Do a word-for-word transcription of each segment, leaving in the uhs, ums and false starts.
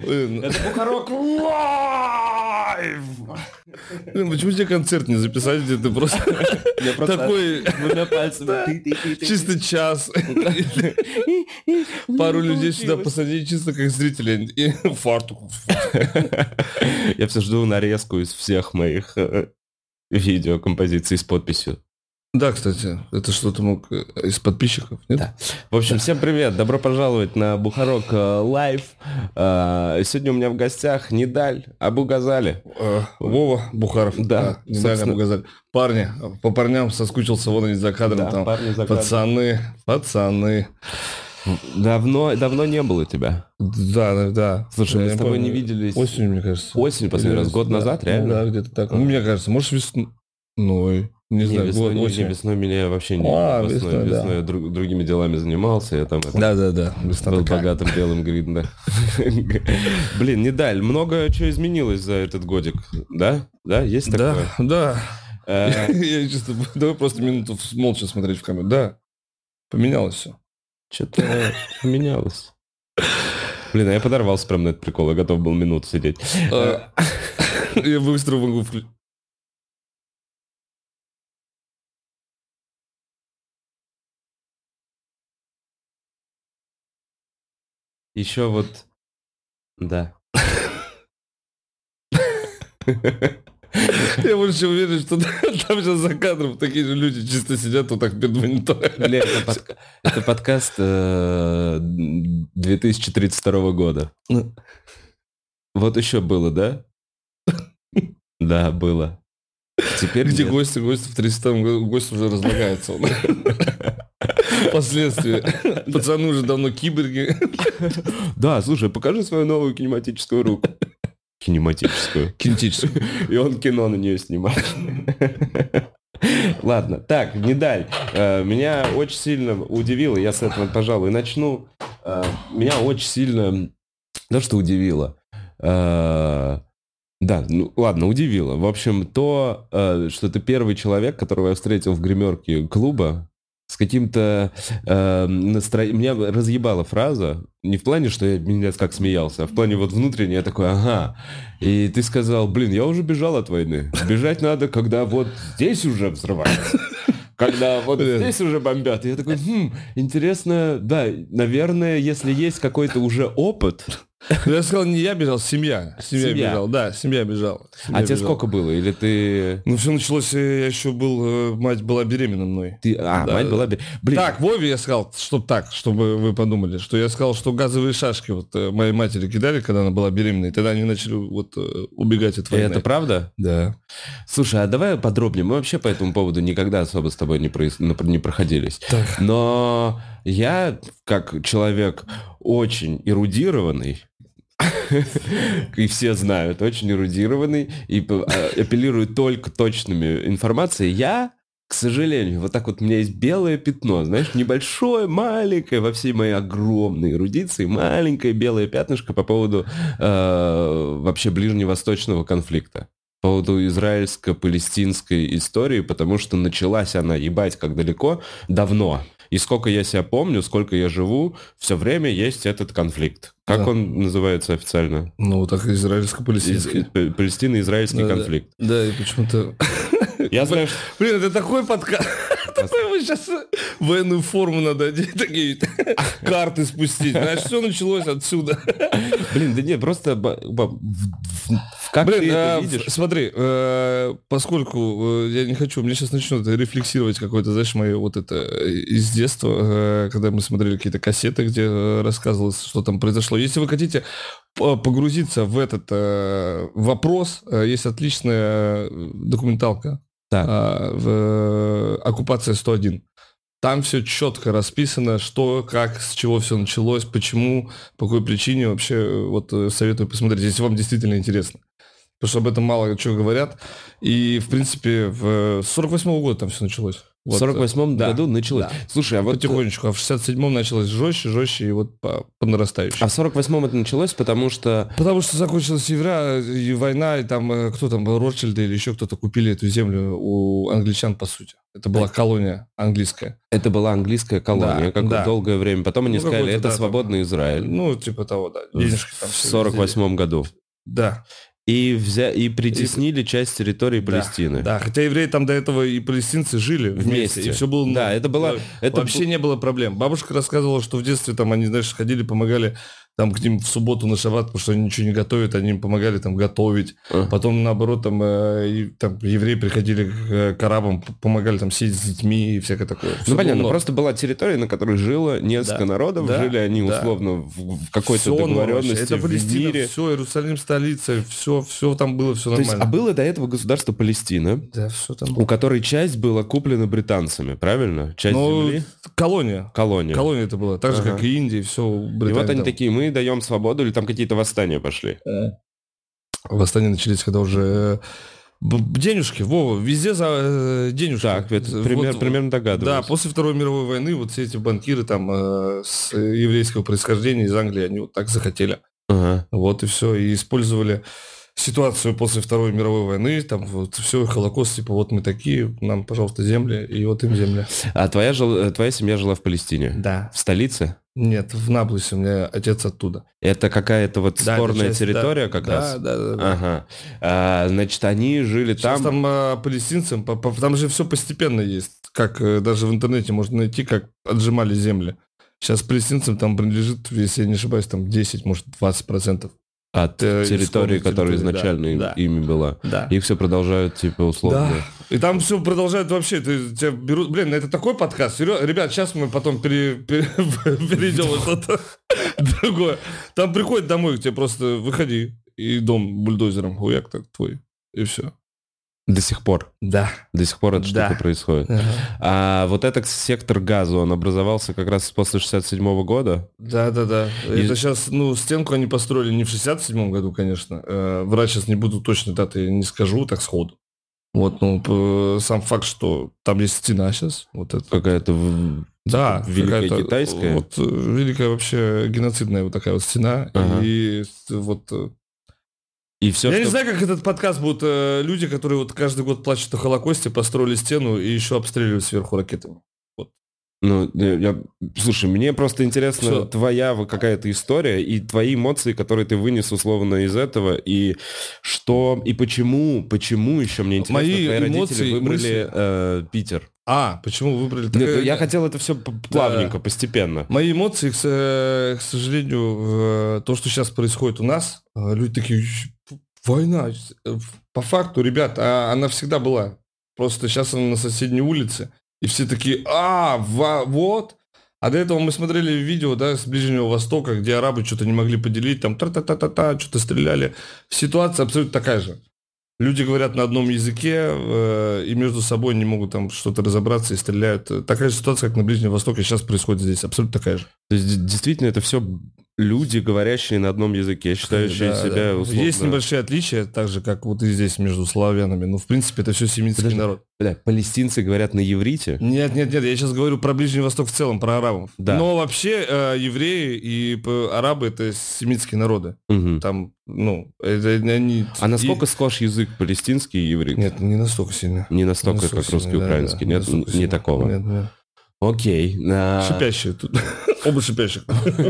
Это Бухарок лайв! Почему тебе концерт не записать, где ты просто такой... Двумя пальцами. Чисто час. Пару людей сюда посадить чисто как зрители. И фартук. Я все жду нарезку из всех моих видео, композиций с подписью. Да, кстати, это что-то мог из подписчиков, нет? Да. В общем, всем привет, добро пожаловать на Бухарок лайв. Сегодня у меня в гостях Нидаль Абу-Газали. Вова Бухаров. Да, Нидаль Абу-Газали. Парни, по парням соскучился, вон они за кадром, да, там, парни за пацаны, пацаны. Давно, давно не было тебя. Да, да. Слушай, я мы с тобой помню. не виделись. Осенью, мне кажется. Осень, последний раз, год да. назад, реально? Да, где-то так. Ну, мне кажется, может, весной. Не, не знаю, весной, год, не, осень. весной меня вообще не... А, весной, весной, весной да. я друг, другими делами занимался, я там... Это, Да, да, да. Весна был такая. богатым белым гридом, да. Блин, Нидаль, много чего изменилось за этот годик, да? Да, есть Да, такое? да. Э, Я чисто... Давай просто минуту молча смотреть в камеру. Да, поменялось все. Что-то поменялось. Блин, а я подорвался прям на этот прикол, я готов был минуту сидеть. Я быстро могу включить. Еще вот... Да. Я больше уверен, что там сейчас за кадром такие же люди чисто сидят вот так перед монитором. Бля, это, подка... это подкаст э, две тысячи тридцать второго года. Вот еще было, да? Да, было. Теперь Где нет. гости, гости в тридцатом году, гость уже разлагается. Он. Последствия. Пацаны уже давно киборги. Да, слушай, покажи свою новую кинематическую руку. Кинематическую. Кинетическую. И он кино на нее снимает. Ладно, так, Нидаль, э, меня очень сильно удивило, я с этого, пожалуй, начну. Э, меня очень сильно, да что удивило, э, да, ну ладно, удивило. В общем, то, э, что ты первый человек, которого я встретил в гримерке клуба, с каким-то э, настроением. Меня разъебала фраза, не в плане, что я меня как смеялся, а в плане вот внутренне я такой, ага. И ты сказал, блин, я уже бежал от войны. Бежать надо, когда вот здесь уже взрывается. Когда вот здесь уже бомбят. И я такой, хм, интересно, да, наверное, если есть какой-то уже опыт... Я сказал, не я бежал, семья. Семья, Семья. бежала. Да, семья бежала. Семья А тебе бежала. сколько было? Или ты... Ну, все началось, я еще был, э, мать была беременна мной. ты... А, Да, мать да. была... бе- Блин, Так, Вове я сказал, чтобы так, чтобы вы подумали, что я сказал, что газовые шашки вот э, моей матери кидали, когда она была беременна, и тогда они начали вот э, убегать от войны. это правда? Да. Слушай, а давай подробнее. Мы вообще по этому поводу никогда особо с тобой не, проис- не проходились. Так. Но я, как человек очень эрудированный, и все знают, очень эрудированный, и п- а, апеллирует только точными информацией, я, к сожалению, вот так вот у меня есть белое пятно, знаешь, небольшое, маленькое, во всей моей огромной эрудиции, маленькое белое пятнышко по поводу э, вообще ближневосточного конфликта. По поводу израильско-палестинской истории, потому что началась она, ебать, как далеко, давно. И сколько я себя помню, сколько я живу, все время есть этот конфликт. Как Да. он называется официально? Ну, вот так Из- израильско-палестинский. П- Палестино-израильский Да, конфликт. Да, да, и почему-то... Я знаю, что... Блин, это такой подкаст. Такой мы сейчас военную форму надо одеть, такие карты спустить. Значит, все началось отсюда. Блин, да нет, просто... б- б- в- в- Как Блин, ты это э, видишь? в- смотри, э, поскольку э, я не хочу, мне сейчас начнут рефлексировать какое-то, знаешь, мое вот это э, из детства, э, когда мы смотрели какие-то кассеты, где э, рассказывалось, что там произошло. Если вы хотите п- погрузиться в этот э, вопрос, э, есть отличная э, документалка Так. э, в э, «Оккупация сто один». Там все четко расписано, что, как, с чего все началось, почему, по какой причине. Вообще, э, вот э, советую посмотреть, если вам действительно интересно. Потому что об этом мало чего говорят. И, в принципе, в с сорок восьмого года там все началось. В сорок восьмом да, году началось. Да. Слушай, а вот... Потихонечку. А в шестьдесят седьмом началось жестче, жестче, и вот по, по нарастающей. А в сорок восьмом это началось, потому что... Потому что закончилась евра, и война, и там кто там был, Ротшильды или еще кто-то купили эту землю у англичан, по сути. Это была колония английская. Это была английская колония, да, как да. долгое время. Потом они ну, сказали, это да, свободный там, Израиль. Ну, типа того, да. Денежки там в сорок восьмом году. Да. И, взя... и притеснили и... часть территории да, Палестины. Да, хотя евреи там до этого и палестинцы жили вместе. вместе. И все было... Да, ну, это было... Это вообще не было проблем. Бабушка рассказывала, что в детстве там они, знаешь, ходили, помогали там к ним в субботу на шаббат, потому что они ничего не готовят, они им помогали там готовить. А. Потом, наоборот, там, э, и, там евреи приходили к, к арабам, помогали там сидеть с детьми и всякое такое. Все ну, понятно, просто была территория, на которой жило несколько да. народов, да. жили они да. условно в, в какой-то все договоренности, это в Палестина, мире. Все, Иерусалим столица, все, все там было, все То нормально. Есть, а было до этого государство Палестина, да, все там. у которой часть была куплена британцами, правильно? Часть ну, земли? Колония. Колония. Колония это было, так же, ага. как и Индия, все. И вот они там. Такие, мы даем свободу, или там какие-то восстания пошли? Восстания начались, когда уже денежки, Вова, везде за денежки. Так, это пример, вот, примерно догадываюсь. Да, после Второй мировой войны вот все эти банкиры там э, с еврейского происхождения из Англии, они вот так захотели. Ага. Вот и все, и использовали ситуацию после Второй мировой войны, там вот все, Холокост, типа вот мы такие, нам, пожалуйста, земли, и вот им земля. А твоя, жил, твоя семья жила в Палестине? Да. В столице? Нет, в Наблусе, у меня отец оттуда. Это какая-то вот да, спорная часть, территория да, как да, раз? Да, да, да. Ага. А, значит, они жили Сейчас там... там а, палестинцам, по, по, там же все постепенно есть, как даже в интернете можно найти, как отжимали земли. Сейчас палестинцам там принадлежит, если я не ошибаюсь, там десять, может, двадцать процентов. От э, территории, которая изначально да, ими да. была. Да. Их все продолжают, типа, условно. Да. И там все продолжают вообще. Ты, тебя берут... Блин, это такой подкаст. Серьезно? Ребят, сейчас мы потом пере... Пере... перейдем в что-то другое. Там приходит домой, к тебе просто выходи, и дом бульдозером, хуяк так твой, и все. До сих пор? Да. До сих пор это да. что-то происходит. Ага. А вот этот сектор газа, он образовался как раз после шестьдесят седьмого года? Да-да-да. И... Это сейчас, ну, стенку они построили не в шестьдесят седьмом году, конечно. Врать сейчас не буду, точно даты не скажу, так сходу. Вот, ну, сам факт, что там есть стена сейчас. Вот это. Какая-то да, великая китайская? Вот великая вообще геноцидная вот такая вот стена. Ага. И вот... И все, я что... не знаю, как этот подкаст будут э, люди, которые вот каждый год плачут о Холокосте, построили стену и еще обстреливают сверху ракетами. Вот. Ну, я... Слушай, мне просто интересно Все. твоя какая-то история и твои эмоции, которые ты вынес условно из этого, и что, и почему, почему еще мне интересно, мои твои эмоции, родители выбрали мысли... э, Питер. А, почему выбрали? Нет, такая... Я хотел это все плавненько, да. постепенно. Мои эмоции, к, к сожалению, то, что сейчас происходит у нас, люди такие, война. По факту, ребят, она всегда была. Просто сейчас она на соседней улице. И все такие, а, вот. А до этого мы смотрели видео, да, с Ближнего Востока, где арабы что-то не могли поделить, там та-та-та-та-та, что-то стреляли. Ситуация абсолютно такая же. Люди говорят на одном языке э, и между собой не могут там что-то разобраться и стреляют. Такая же ситуация, как на Ближнем Востоке, сейчас происходит здесь. Абсолютно такая же. То есть, действительно, это все люди, говорящие на одном языке, считающие да, себя да. условно... Есть небольшие отличия, так же, как вот и здесь между славянами. Но, в принципе, это все семитский Подожди, народ. Бля, палестинцы говорят на иврите? Нет, нет, нет, я сейчас говорю про Ближний Восток в целом, про арабов. Да. Но вообще э, евреи и э, арабы — это семитские народы. Угу. Там, ну, это, они... А насколько и... схож язык палестинский и еврейский? Нет, не настолько сильно. Не настолько, не настолько как русский и да, украинский? Да, нет, не, не такого? Нет, нет. Окей. А... Шипящие тут. Оба шипящих.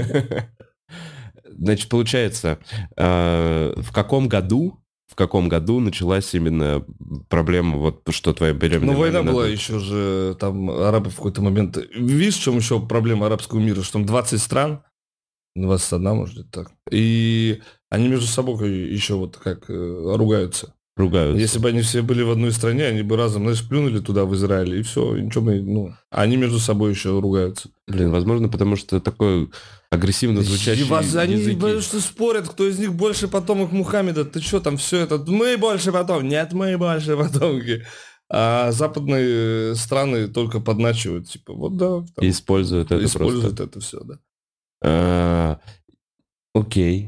Значит, получается, э, в каком году, в каком году началась именно проблема, вот что твоя беременная? Ну, война была еще же, там арабы в какой-то момент... Видишь, в чем еще проблема арабского мира? Что там двадцать стран, двадцать одна, может, так. И они между собой еще вот как э, ругаются. Ругаются. Если бы они все были в одной стране, они бы разом, знаешь, плюнули туда, в Израиль, и все, и ничего бы, ну... Они между собой еще ругаются. Блин, возможно, потому что такой агрессивно звучащий вас, они языки. Что спорят, кто из них больше потомок Мухаммеда. Ты что там, все это? Мы больше потомки. Нет, мы больше потомки. А западные страны только подначивают. Типа, вот да. Там, используют это Используют просто. это все, да. А, окей.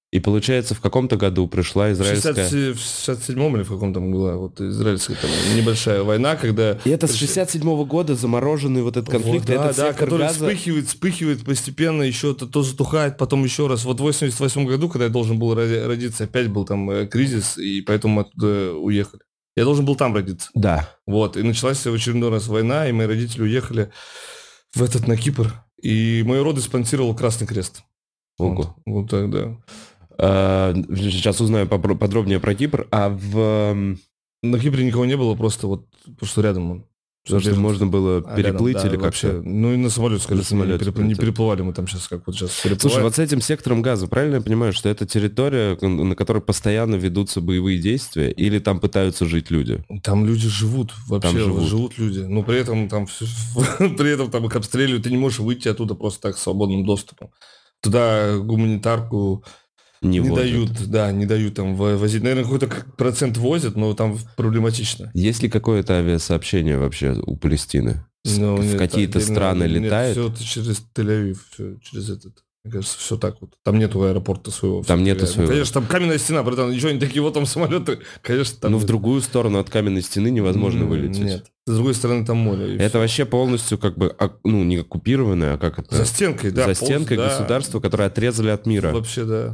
И получается, в каком-то году пришла израильская... В шестьдесят седьмом или в каком там была вот израильская там небольшая война, когда... И это с шестьдесят седьмого года замороженный вот этот конфликт, вот, да, этот да, который газа... вспыхивает, вспыхивает постепенно, еще то, то затухает, потом еще раз. Вот в восемьдесят восьмом году, когда я должен был родиться, опять был там э, кризис, и поэтому мы оттуда уехали. Я должен был там родиться. Да. Вот, и началась в очередной раз война, и мои родители уехали в этот, на Кипр, и мои роды спонсировал Красный Крест. Ого. Вот, вот так, да. Сейчас узнаю подробнее про Кипр, а в... На Кипре никого не было, просто вот, потому что рядом он. Потому что можно было а переплыть рядом, или да, как-то... вообще. Ну и на самолет, скажем, самолете не, перепл... не переплывали мы там сейчас, как вот сейчас переплываем. Слушай, вот с этим сектором газа, правильно я понимаю, что это территория, на которой постоянно ведутся боевые действия, или там пытаются жить люди? Там люди живут, вообще там живут. живут люди. Но при этом там при этом там их обстреливают, ты не можешь выйти оттуда просто так свободным доступом. Туда гуманитарку не, не дают, да, не дают там возить. Наверное, какой-то процент возят, но там проблематично. Есть ли какое-то авиасообщение вообще у Палестины? Ну, в нет, какие-то отдельно, страны нет, летает? Все через Тель-Авив, все через этот. Мне кажется, все так вот. Там нету аэропорта своего. Там нету своего. Ну, конечно, там каменная стена, братан, ничего, не такие вот там самолеты. Конечно, там... Но в другую сторону от каменной стены невозможно вылететь. Нет. С другой стороны, там море. Это все. Вообще полностью как бы, ну, не оккупированное, а как это? За стенкой, да. За стенкой полз, государства, да. которое отрезали от мира. Вообще, да.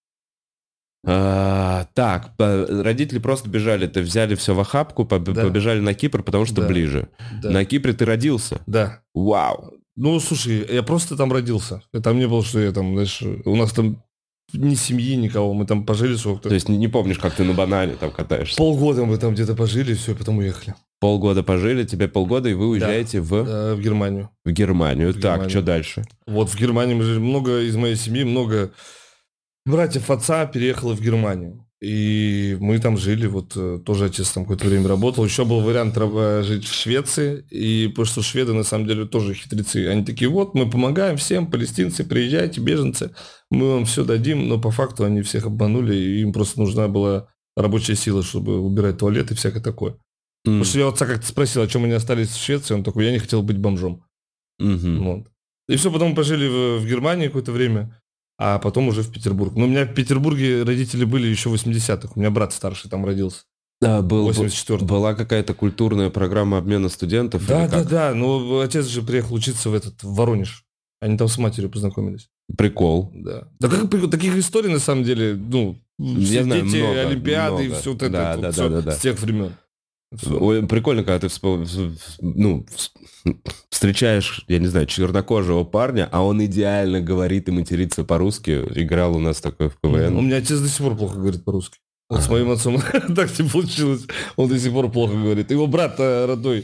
А, так, родители просто бежали, ты взяли все в охапку, Да. побежали на Кипр, потому что Да. ближе. Да. На Кипре ты родился? Да. Вау. Ну, слушай, я просто там родился. Там не было, что я там, знаешь, у нас там ни семьи, никого. Мы там пожили сколько-то. То есть не, не помнишь, как ты на банане там катаешься? Полгода мы там где-то пожили, и все, потом уехали. Полгода пожили, тебе полгода, и вы уезжаете да. в... Да, в Германию. В Германию. В так, Германию. Что дальше? Вот в Германии мы жили. Много из моей семьи, много братьев отца переехало в Германию. И мы там жили, вот тоже отец там какое-то время работал. Еще был вариант жить в Швеции, и потому что шведы на самом деле тоже хитрецы. Они такие, вот, мы помогаем всем, палестинцы, приезжайте, беженцы, мы вам все дадим, но по факту они всех обманули, и им просто нужна была рабочая сила, чтобы убирать туалет и всякое такое. Mm. Потому что я отца как-то спросил, о чем они остались в Швеции, он такой, я не хотел быть бомжом. Mm-hmm. Вот. И все, потом мы пожили в, в Германии какое-то время. А потом уже в Петербург. Но у меня в Петербурге родители были еще в восьмидесятых. У меня брат старший там родился. Да, был, восемьдесят четвёртый. Была какая-то культурная программа обмена студентов? Да, да, да. Но отец же приехал учиться в этот в Воронеж. Они там с матерью познакомились. Прикол. Да. Да как прикол? Таких историй на самом деле, ну, я знаю, дети, много, олимпиады много. и все вот это да, вот, да, все да, да, с тех времен. Ой, прикольно, когда ты всп... ну, встречаешь, я не знаю, чернокожего парня, а он идеально говорит и матерится по-русски. Играл у нас такой в КВН. У меня отец до сих пор плохо говорит по-русски. Вот с моим отцом так не получилось. Он до сих пор плохо говорит. Его брат родной,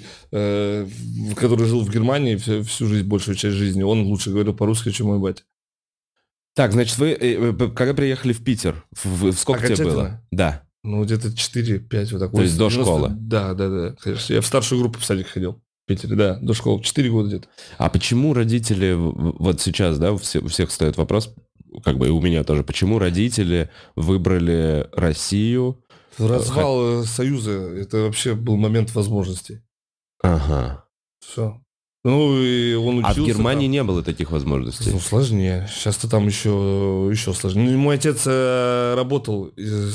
который жил в Германии всю жизнь, большую часть жизни, он лучше говорил по-русски, чем мой батя. Так, значит, вы когда приехали в Питер, сколько тебе было? Да. Ну, где-то четыре-пять, вот так. То есть до школы? Да, да, да, конечно. Я в старшую группу в садик ходил в Питере, да, до школы. четыре года где-то. А почему родители, вот сейчас, да, у всех встает вопрос, как бы и у меня тоже, почему родители выбрали Россию? Развал Х... Союза, это вообще был момент возможностей. Ага. Все. Ну, и он учился. А в Германии там. не было таких возможностей? Ну, сложнее. Сейчас-то там еще, еще сложнее. Мой отец работал...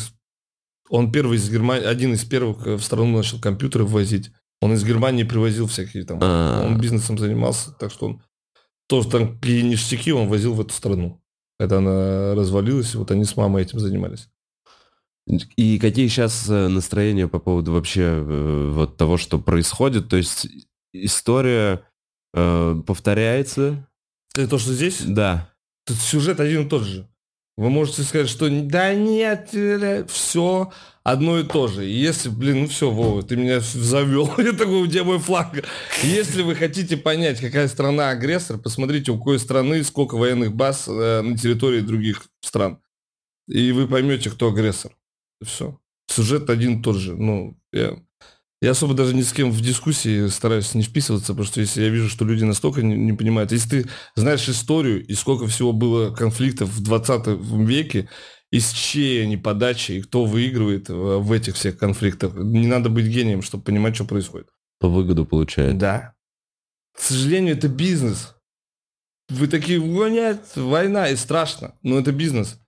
Он первый из Германии, один из первых в страну начал компьютеры ввозить. Он из Германии привозил всякие там. А-а-а. Он бизнесом занимался, так что он тоже там какие ништяки он возил в эту страну. Когда она развалилась, вот они с мамой этим занимались. И какие сейчас настроения по поводу вообще вот того, что происходит? То есть история э, повторяется? Это то, что здесь? Да. Тут сюжет один и тот же. Вы можете сказать, что да нет, все одно и то же. И если, блин, ну все, Вова, ты меня завел. Я такой, где мой флаг? Если вы хотите понять, какая страна агрессор, посмотрите, у какой страны сколько военных баз э, на территории других стран. И вы поймете, кто агрессор. Все. Сюжет один и тот же. Ну, я... Я особо даже ни с кем в дискуссии стараюсь не вписываться, потому что если я вижу, что люди настолько не, не понимают, если ты знаешь историю и сколько всего было конфликтов в двадцатом веке, и с чьей они подачи, и кто выигрывает в этих всех конфликтах, не надо быть гением, чтобы понимать, что происходит. По выгоду получает. Да. К сожалению, это бизнес. Вы такие, о нет, война, и страшно, но это бизнес.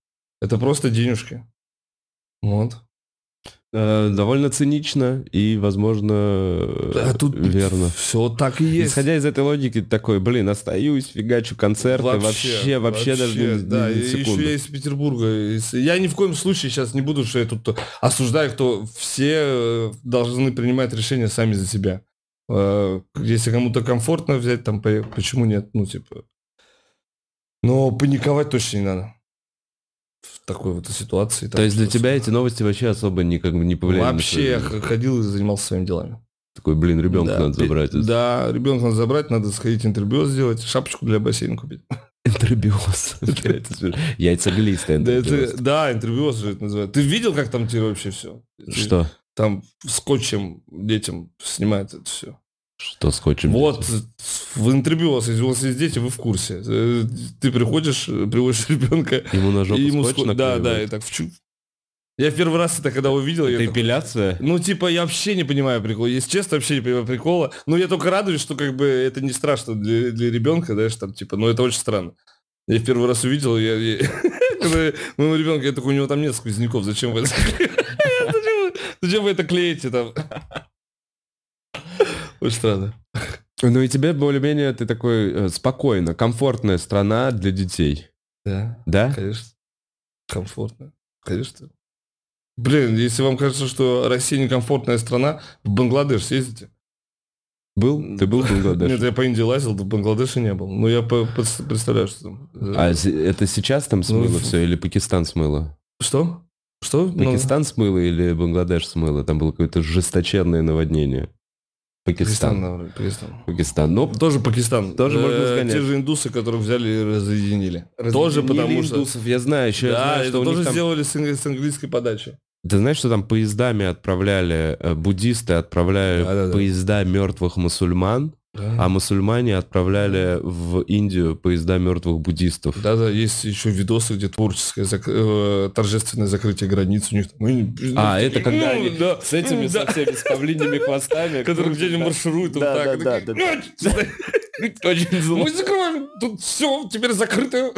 Это просто денежки. Вот. Довольно цинично и, возможно, а тут верно. Все так и есть. Исходя из этой логики, такой, блин, остаюсь, фигачу концерты, вообще, вообще, вообще даже не, да, не, не секунду. Еще я из Петербурга. Я ни в коем случае сейчас не буду, что я тут осуждаю, кто все должны принимать решения сами за себя. Если кому-то комфортно взять, там, почему нет? Ну, типа... Но паниковать точно не надо. В такой вот ситуации. То есть для тебя эти новости вообще особо никак не повлияли? Вообще я ходил и занимался своими делами. Такой, блин, ребенка да, надо забрать. Да, ребенка надо забрать, надо сходить интервью сделать, шапочку для бассейна купить. Интербиоз. Яйцеглистый интербиоз. Да, интербиоз же это называют. Ты видел, как там тебе вообще все? Что? Там скотчем детям снимают это все. Что скотчем? Вот, в интервью, если у вас есть дети, вы в курсе. Ты приходишь, приводишь ребенка. Ему на жопу ему скотч ск... Да, да, и так вчу. Я первый раз это когда увидел. Это я эпиляция? Так... Ну, типа, я вообще не понимаю прикола. Если честно, вообще не понимаю прикола. Но я только радуюсь, что как бы это не страшно для, для ребенка, знаешь, там, типа, но это очень странно. Я в первый раз увидел, я, я... когда моему ребенку, я такой, у него там нет сквозняков, зачем вы это Зачем вы это клеите там? Очень странно. Ну и тебе более-менее ты такой э, спокойно, комфортная страна для детей. Да. Да? Конечно. Комфортно. Конечно. Блин, если вам кажется, что Россия некомфортная страна, в Бангладеш съездите. Был? Ты был в Бангладеше? Нет, я по Индии лазил, в Бангладеше не был. Но я по- по- представляю, что там. А это сейчас там смыло Ну, все или Пакистан смыло? Что? Что? Пакистан Ну, смыло или Бангладеш смыло? Там было какое-то жесточенное наводнение. Пакистан. Пакистан. Пакистан. Пакистан. Но Тоже Пакистан. Тоже Э, можно сгонять. Те же индусы, которых взяли и разъединили. Разъединили Тоже потому что... индусов, я знаю, еще я Да, знаю, это что у тоже них там... сделали с, ang- с английской подачи. Ты знаешь, что там поездами отправляли, э, буддисты отправляли Да-да-да. поезда мертвых мусульман, Да. а мусульмане отправляли в Индию поезда мертвых буддистов. Да-да, есть еще видосы, где творческое, зак... э, торжественное закрытие границ у них. Там, они- А, ну, это когда ну, они да, с этими, да. со всеми, с павлиньими хвостами. Которые где-нибудь маршируют. вот Да, так, да, и да, такие, да. Очень зло. Мы закроем, тут все, теперь закрыто.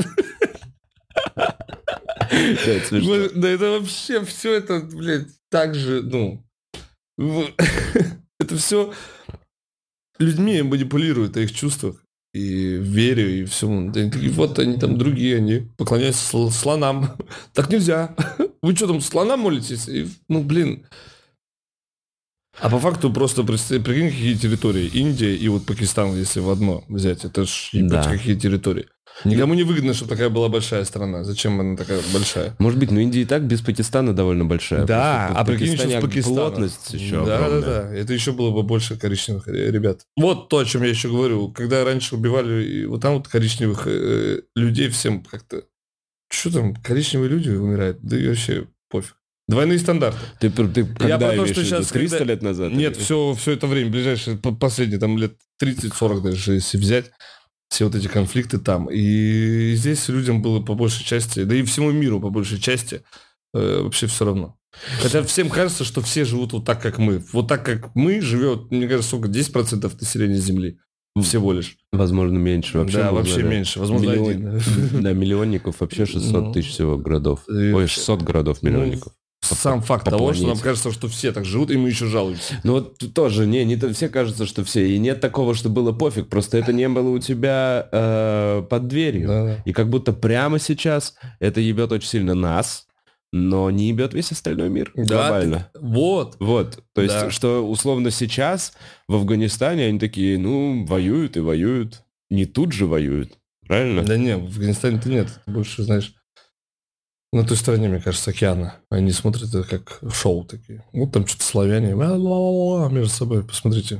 Да, это смешно. Ну, Да это вообще все это, блядь, так же, ну... в- Это все людьми манипулируют о их чувствах и вере, и всему. Они такие, вот они там другие, они поклоняются сл- слонам. Так нельзя. Вы что там, слонам молитесь? И, ну, блин. А по факту просто представь, прикинь, какие территории. Индия и вот Пакистан, если в одно взять. Это ж ебать, Да. какие территории. Никому не выгодно, чтобы такая была большая страна. Зачем она такая большая? Может быть, но Индия и так без Пакистана довольно большая. Да, Просто а в прикинь, еще Пакистане с Пакистана. плотность еще Да, да, огромная. да. Это еще было бы больше коричневых э, ребят. Вот то, о чем я еще говорю. Когда раньше убивали и вот там вот коричневых э, людей всем как-то... Что там, коричневые люди умирают? Да и вообще пофиг. Двойные стандарты. Ты, ты когда про то, имеешь что в виду? сейчас, триста когда- лет назад? Нет, или? все, все это время, ближайшие, по- последние там лет тридцать-сорок даже, если взять, все вот эти конфликты там. И здесь людям было по большей части, да и всему миру по большей части, э, вообще все равно. Хотя всем кажется, что все живут вот так, как мы. Вот так, как мы живет, мне кажется, сколько, десять процентов населения Земли. Всего лишь. Возможно, меньше. Вообще, да, можно, вообще да. меньше. Возможно, Миллион- один. Да, миллионников вообще шестьсот Ну. тысяч всего городов. И- Ой, шестьсот городов миллионников. Сам факт по того, что нам планете. кажется, что все так живут, и мы еще жалуемся. Ну вот тут тоже, не, не то- все кажется, что все. И нет такого, что было пофиг. Просто это не было у тебя э, под дверью. Да. И как будто прямо сейчас это ебет очень сильно нас, но не ебет весь остальной мир глобально. Да, ты- Вот. Вот, то есть, Да. что условно сейчас в Афганистане они такие, ну, воюют и воюют. Не тут же воюют, правильно? Да не, в Афганистане-то нет. Ты больше, знаешь, на той стороне, мне кажется, океана. Они смотрят это как шоу такие. Вот там что-то славяне ла-ла-ла-ла между собой. Посмотрите.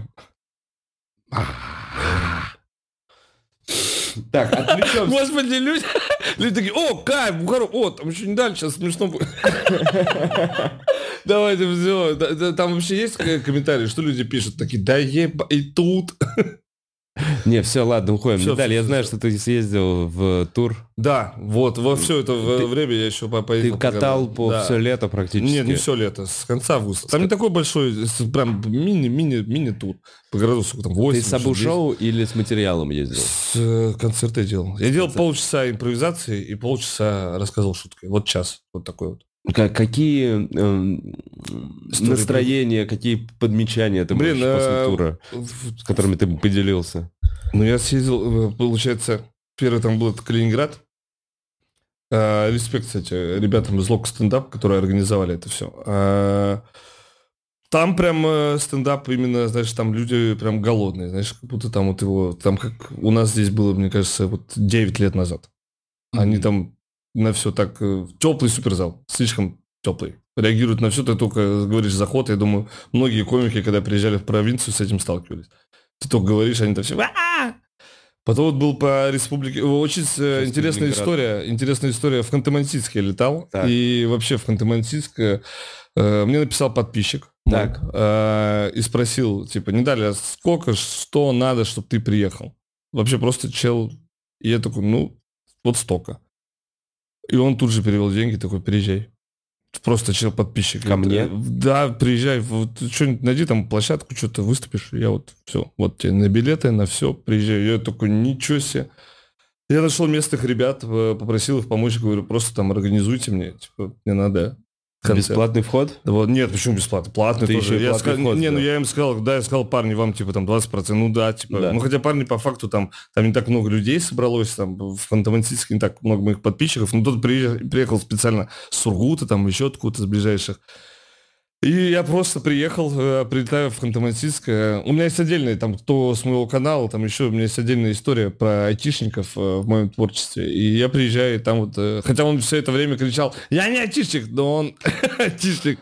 Так, отвлечемся. Господи, люди, люди такие, о, кайф, Бухару, о, там еще не дальше, сейчас смешно будет. Давайте все. Там вообще есть комментарии, что люди пишут? Такие, да еба, и тут. Не, все, ладно, уходим. Всё, Медаль, всё, я всё, знаю, всё. что ты съездил в тур. Да, вот, во все это в- Ты- время я еще по- Ты поездил. катал покатал. по Да. все лето практически. Нет, не все лето, с конца августа. Там не такой большой, с- прям мини, мини, мини-тур. По городу, сколько там, восемь. Ты с Абу-шоу или с материалом ездил? С э, концерта я делал. Я делал Концерт. полчаса импровизации и полчаса рассказывал шутки. Вот час, вот такой вот. К- Какие эм, Истории настроения, какие подмечания ты Блин, можешь после э, тура, в- с которыми ты поделился? Ну, я съездил, э, получается, первый там был это Калининград. Э, Респект, кстати, ребятам из Лока стендап, которые организовали это все. Там прям э, стендап именно, знаешь, там люди прям голодные, знаешь, как будто там вот его, там как у нас здесь было, мне кажется, вот девять лет назад. Они Мгм. там на все так... э, Теплый суперзал, слишком теплый. Реагируют на все, ты только говоришь заход, я думаю, многие комики, когда приезжали в провинцию, с этим сталкивались. Ты только говоришь, они там все... «А-а-а!» Потом вот был по республике... Очень э, Сейчас интересная Калининград. история. Интересная история. В Ханты-Мансийск я летал. Так. И вообще в Ханты-Мансийск э, э, мне написал подписчик. мой, Так. э, и спросил, типа, не дали, а сколько, что надо, чтобы ты приехал? Вообще просто чел... И я такой, ну, вот столько. И он тут же перевел деньги, такой, приезжай. Просто чел подписчик. Ко мне? Да, приезжай, вот что-нибудь найди там площадку, что-то выступишь, я вот все, вот тебе на билеты, на все, приезжай. Я такой, ничего себе. Я нашел местных ребят, э, попросил их помочь, говорю, просто там организуйте мне, типа, мне надо концерт. Бесплатный вход? Да вот, нет, почему бесплатно? Платный Ты тоже. еще и Я платный сказал, вход не, ну сделал. я им сказал, да, я сказал, парни, вам типа там двадцать процентов, ну да, типа, Да. ну хотя парни по факту там, там не так много людей собралось, там в Ханты-Мансийске не так много моих подписчиков, но тот приехал, приехал специально с Сургута, там еще откуда-то с ближайших. И я просто приехал, э, прилетаю в Ханты-Мансийск. э, У меня есть отдельный, там, кто с моего канала, там еще у меня есть отдельная история про айтишников э, в моем творчестве. И я приезжаю, и там вот, э, хотя он все это время кричал, я не айтишник, но он айтишник.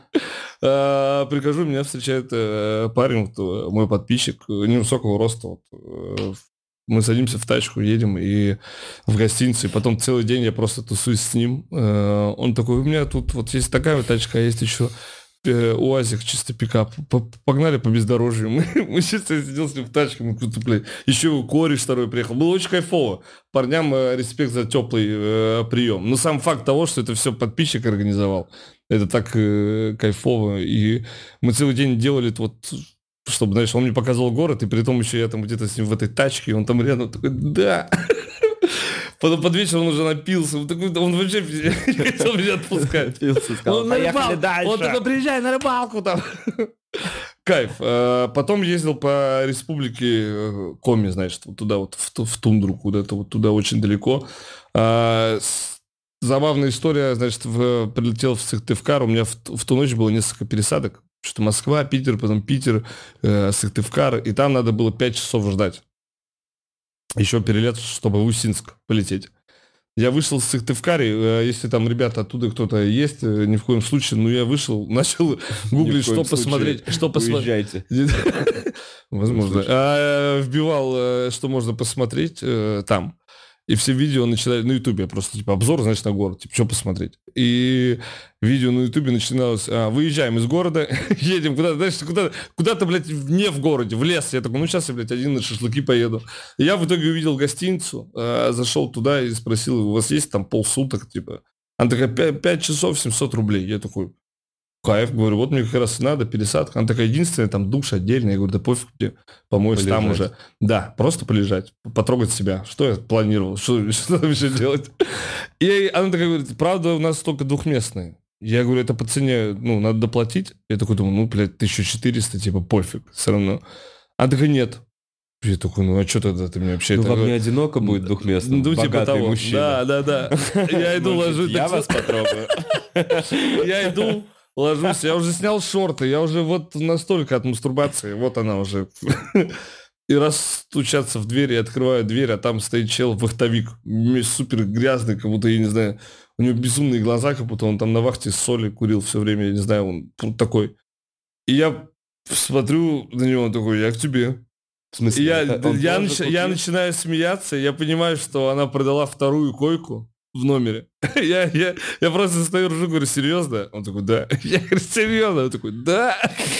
Э, Прихожу, меня встречает э, парень, вот, э, мой подписчик, э, невысокого роста. Вот, э, мы садимся в тачку, едем и в гостиницу, и потом целый день я просто тусуюсь с ним. Э, Он такой, у меня тут вот есть такая вот тачка, а есть еще э, УАЗик, чисто пикап. П- Погнали по бездорожью. Мы, мы чисто я сидел с ним в тачке, мы круто, блядь. Еще кореш второй приехал. Было очень кайфово. Парням э, респект за теплый э, прием. Но сам факт того, что это все подписчик организовал, это так э, кайфово. И мы целый день делали это вот, чтобы, знаешь, он мне показывал город, и при том еще я там где-то с ним в этой тачке, и он там рядом такой, да. Потом под вечер он уже напился, он, такой, он вообще не хотел меня отпускать. Он на рыбалку, он такой, приезжай на рыбалку там. Кайф. Э, Потом ездил по республике э, Коми, значит, вот туда вот, в, ту- в тундру куда-то, вот туда очень далеко. А, с- Забавная история, значит, в- прилетел в Сыктывкар, у меня в, т- в ту ночь было несколько пересадок. Что-то Москва, Питер, потом Питер, э, Сыктывкар, и там надо было пять часов ждать. Еще перелет, чтобы в Усинск полететь. Я вышел с Сыктывкари, э, если там ребята оттуда кто-то есть, э, ни в коем случае, ну я вышел, начал гуглить, что посмотреть, что посмотреть. Уезжайте. Возможно. А, вбивал, э, что можно посмотреть э, там. И все видео начинали на Ютубе, просто типа обзор, значит, на город, типа, что посмотреть. И видео на Ютубе начиналось, а, выезжаем из города, едем куда-то, знаешь, куда-то, куда-то, блядь, не в городе, в лес. Я такой, ну сейчас я, блядь, один на шашлыки поеду. И я в итоге увидел гостиницу, а, зашел туда и спросил, у вас есть там полсуток, типа. Она такая, «Пя- пять часов семьсот рублей. Я такой, кайф, говорю, вот мне как раз и надо, пересадка. Она такая, единственная, там душ отдельный. Я говорю, да пофиг тебе, помоешь там Полежать. уже. Да, просто полежать, потрогать себя. Что я планировал, что, что там еще делать? И она такая говорит, правда, у нас только двухместные. Я говорю, это по цене, ну, надо доплатить. Я такой думаю, ну, блядь, тысяча четыреста, типа, пофиг, все равно. Она такая, нет. Я такой, ну, а что тогда ты мне вообще... Ну, это вам не говоришь?» одиноко будет двухместным? Ну, типа Богатый того. мужчина. Да, да, да. Я иду Может, ложусь. я вас потрогаю. Я иду, ложусь, я уже снял шорты, я уже вот настолько от мастурбации, вот она уже. И раз стучатся в дверь, я открываю дверь, а там стоит чел, вахтовик, м, супер грязный, как будто, я не знаю, у него безумные глаза, как будто он там на вахте с соли курил все время, я не знаю, он вот такой. И я смотрю на него, он такой, я к тебе. В смысле? И я, это он я, тоже нач- купил? я начинаю смеяться, я понимаю, что она продала вторую койку, в номере. Я, я, я просто стою, ржу, говорю, серьезно? Он такой, да. Я говорю, серьезно? Он такой, да.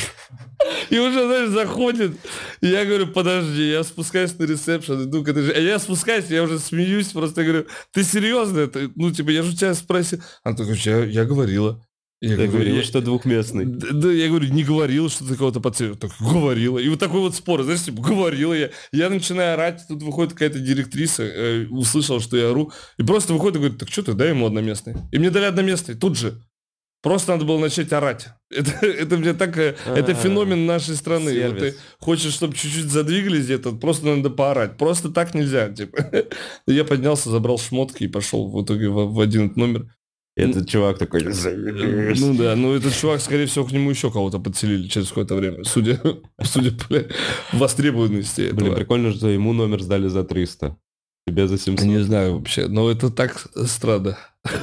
И уже, знаешь, заходит. И я говорю, подожди, я спускаюсь на ресепшн, иду к этой же... А я спускаюсь, я уже смеюсь, просто говорю, ты серьезно? Это? Ну, типа, я же у тебя спросил. Она такая, я, я говорила. Я Ты говорю, говорил, что двухместный. Да, да, я говорю, не говорила, что ты кого-то подцепил. Так, говорила. И вот такой вот спор, знаешь, типа, говорила я. Я начинаю орать, тут выходит какая-то директриса, э, услышала, что я ору, и просто выходит и говорит, так что ты, дай ему одноместный. И мне дали одноместный, тут же. Просто надо было начать орать. Это, это мне так... А-а-а. Это феномен нашей страны. Вот ты хочешь, чтобы чуть-чуть задвигались где-то, просто надо поорать. Просто так нельзя, типа. Я поднялся, забрал шмотки и пошел в итоге в, в один номер. И этот чувак такой... Ну да, ну этот чувак, скорее всего, к нему еще кого-то подселили через какое-то время. Судя, судя по востребованности этого. Блин, прикольно, что ему номер сдали за триста. Тебе за семьсот. Не знаю вообще, но это так странно.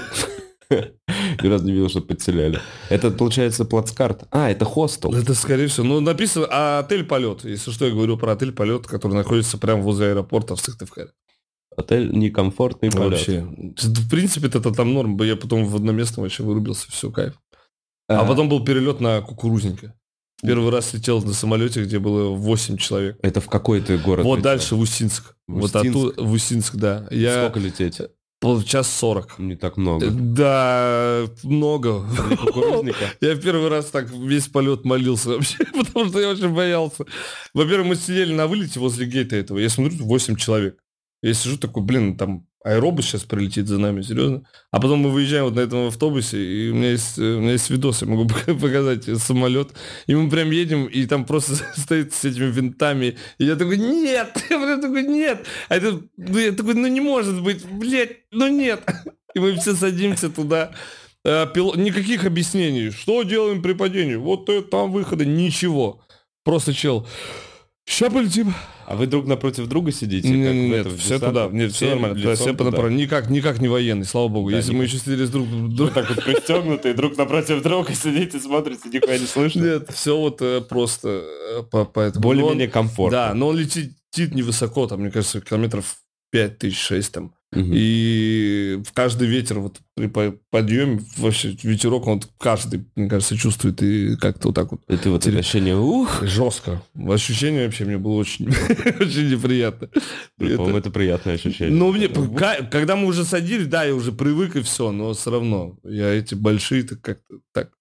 Ни разу не видел, что подселяли. Это, получается, плацкарт. А, это хостел. Это, скорее всего. Ну, написано а, отель «Полет». Если что, я говорю про отель «Полет», который находится прямо возле аэропорта в Сыктывкаре. Отель некомфортный полет. Вообще. В принципе, это там норм. Я потом в одноместном вообще вырубился. Все, кайф. А, а потом был перелет на Кукурузника. Первый раз летел на самолете, где было восемь человек. Это в какой ты город? Вот летел? дальше в Усинск. В вот оттуда в Усинск, да. Я... Сколько лететь? Час сорок. Не так много. Да, много. Я первый раз так весь полет молился вообще, потому что я очень боялся. Во-первых, мы сидели на вылете возле гейта этого. Я смотрю, восемь человек. Я сижу такой, блин, там аэробус сейчас прилетит за нами, серьезно. А потом мы выезжаем вот на этом автобусе, и у меня есть, у меня есть видос, я могу показать самолет. И мы прям едем, и там просто стоит с этими винтами. И я такой, нет! Я прям такой, нет! А это, ну, я такой, ну не может быть, блядь, ну нет! И мы все садимся туда. А, пил... Никаких объяснений. Что делаем при падении? Вот это там выхода, ничего. Просто чел. Сейчас полетим. А вы друг напротив друга сидите? Нет, как нет, этом, все туда. Нет, все нормально. Да, все туда. по никак, никак не военный, слава богу. Да, если никак. Мы еще сидели с друг другом... так вот пристегнутые, друг напротив друга сидите, смотрите, никуда не слышно. Нет, все вот э, просто э, по, по этому. Более-менее комфортно. Да, но он летит невысоко, там, мне кажется, километров пять тысяч шесть там. Угу. И в каждый ветер вот при подъеме вообще ветерок, он каждый, мне кажется, чувствует и как-то вот так вот. Это вот это ощущение, ух, жестко. Ощущение вообще мне было очень, очень неприятно. По-моему, это приятное ощущение. Ну, мне, когда мы уже садились, да, я уже привык и все, но все равно я эти большие-то как-то так.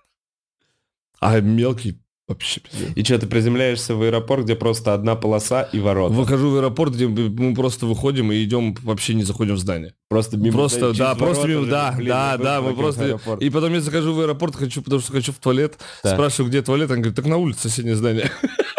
А мелкий вообще пиздец. И что, ты приземляешься в аэропорт, где просто одна полоса и ворота? Выхожу в аэропорт, где мы просто выходим и идем, вообще не заходим в здание. Просто мимо. Просто, да, просто мимо, да, блин, да, да, мы просто... Аэропорт. И потом я захожу в аэропорт, хочу, потому что хочу в туалет, да. Спрашиваю, где туалет, он говорит, так на улице соседнее здание.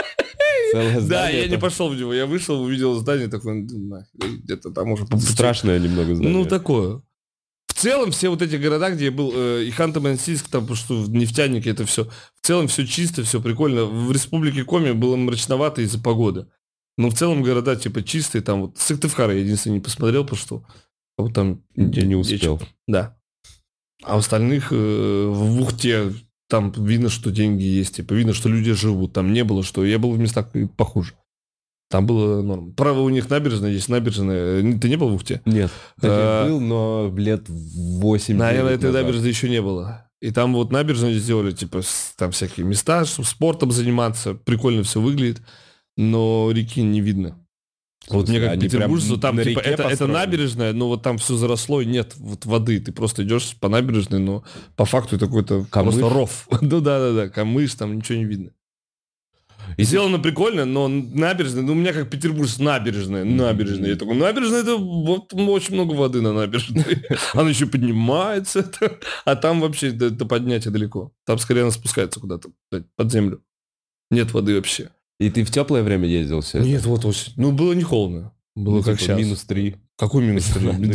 Да, я не пошел в него, я вышел, увидел здание, такой, где-то там уже... Страшное немного здание. Ну, такое. В целом, все вот эти города, где я был, э, и Ханты-Мансийск, там, потому что нефтяники, это все, в целом все чисто, все прикольно. В Республике Коми было мрачновато из-за погоды. Но в целом города, типа, чистые, там вот Сыктывкар я единственное не посмотрел, потому что вот там... Я не успел. Вечер. Да. А в остальных, э, в Ухте, там видно, что деньги есть, типа, видно, что люди живут. Там не было, что... Я был в местах похуже. Там было норм. Право, у них набережная есть, набережная. Ты не был в Ухте? Нет. Я был, но лет восемь. Наверное, этой набережной еще не было. И там вот набережную сделали, типа, там всякие места, чтобы спортом заниматься. Прикольно все выглядит. Но реки не видно. Вот мне как петербуржцу, там типа это, это набережная, но вот там все заросло, и нет вот воды. Ты просто идешь по набережной, но по факту это какой-то просто ров. Ну да-да-да, камыш, там ничего не видно. И сделано прикольно, но набережная, ну у меня как петербуржец набережная, набережная. Я такой, набережная, это вот очень много воды на набережной. Она еще поднимается, а там вообще до, до поднятия далеко. Там скорее она спускается куда-то под землю. Нет воды вообще. И ты в теплое время ездил все? Нет, вот осень. Ну было не холодно. Было ну, как типа сейчас. Минус три. Какой минус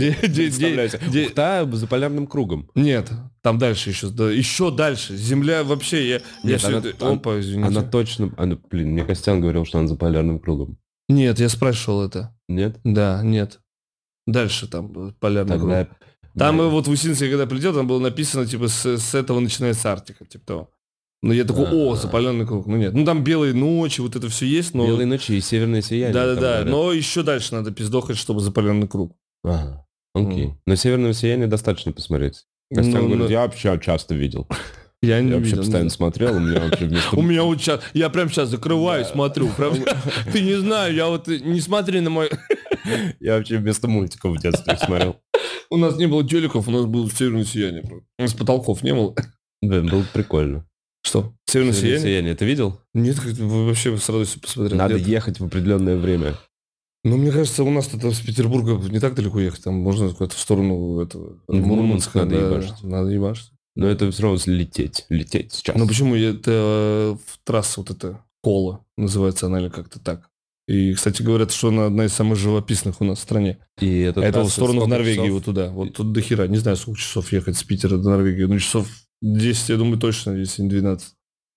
три? Ухта за полярным кругом. Нет, там дальше еще, да, еще дальше. Земля вообще, я, Нет, я она, все она, опа, извините. Она точно, она, блин, мне Костян говорил, что она за полярным кругом. Нет, я спрашивал это. Нет? Да, нет. Дальше там полярный Тогда... круг. Там да. Вот в Усинске, когда прилетел, там было написано, типа, с, с этого начинается Арктика, типа того. Ну, я такой, о, за полярный круг. Ну, нет. Ну, там белые ночи, вот это все есть, но... Белые ночи и северное сияние. Да-да-да, но еще дальше надо пиздохать, чтобы за полярный круг. Ага. Окей. Но «Северное сияние» достаточно посмотреть. Костян Ну, говорит, ну- я вообще часто видел. Я не Я вообще видел, постоянно не смотрел, у меня вообще вместо... У меня вот сейчас, я прям сейчас закрываю, смотрю. Прям, ты не знаю, я вот не смотри на мой... Я вообще вместо мультиков в детстве смотрел. У нас не было телеков, у нас было «Северное сияние». У нас потолков не было. Да, было прикольно. Что? «Северное «Северное сияние»? сияние» ты видел? Нет, как- вообще с радостью посмотрел. Надо Где-то. ехать в определенное время. Ну, мне кажется, у нас-то там с Петербурга не так далеко ехать. Там можно куда-то в сторону этого... В Мурманск надо да, ебашить. Надо ебашить. Но это все равно лететь. Лететь сейчас. Ну, почему? Это э, в трасса вот эта Кола, называется она или как-то так. И, кстати, говорят, что она одна из самых живописных у нас в стране. И это, Это вот в сторону в сколько Норвегии, часов? вот туда. Вот тут до хера. Не знаю, сколько часов ехать с Питера до Норвегии. Ну, часов десять, я думаю, точно, если не двенадцать.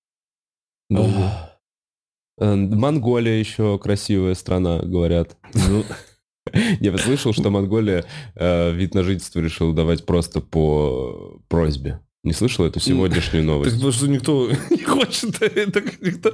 Ах. Э, Монголия еще красивая страна, говорят. Ну, Я слышал, что Монголия э, вид на жительство решил давать просто по просьбе. Не слышал эту сегодняшнюю так новость? потому что никто не хочет. Это никто...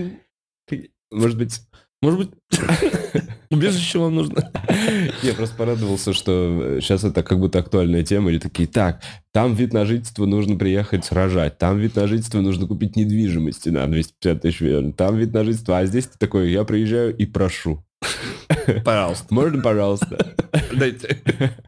Может быть... Может быть, убежище вам нужно. Я просто порадовался, что сейчас это как будто актуальная тема. И такие, так, там вид на жительство нужно приехать рожать, там вид на жительство нужно купить недвижимости на двести пятьдесят тысяч евро, там вид на жительство, а здесь ты такой, я приезжаю и прошу. Пожалуйста. Можно, пожалуйста? Дайте.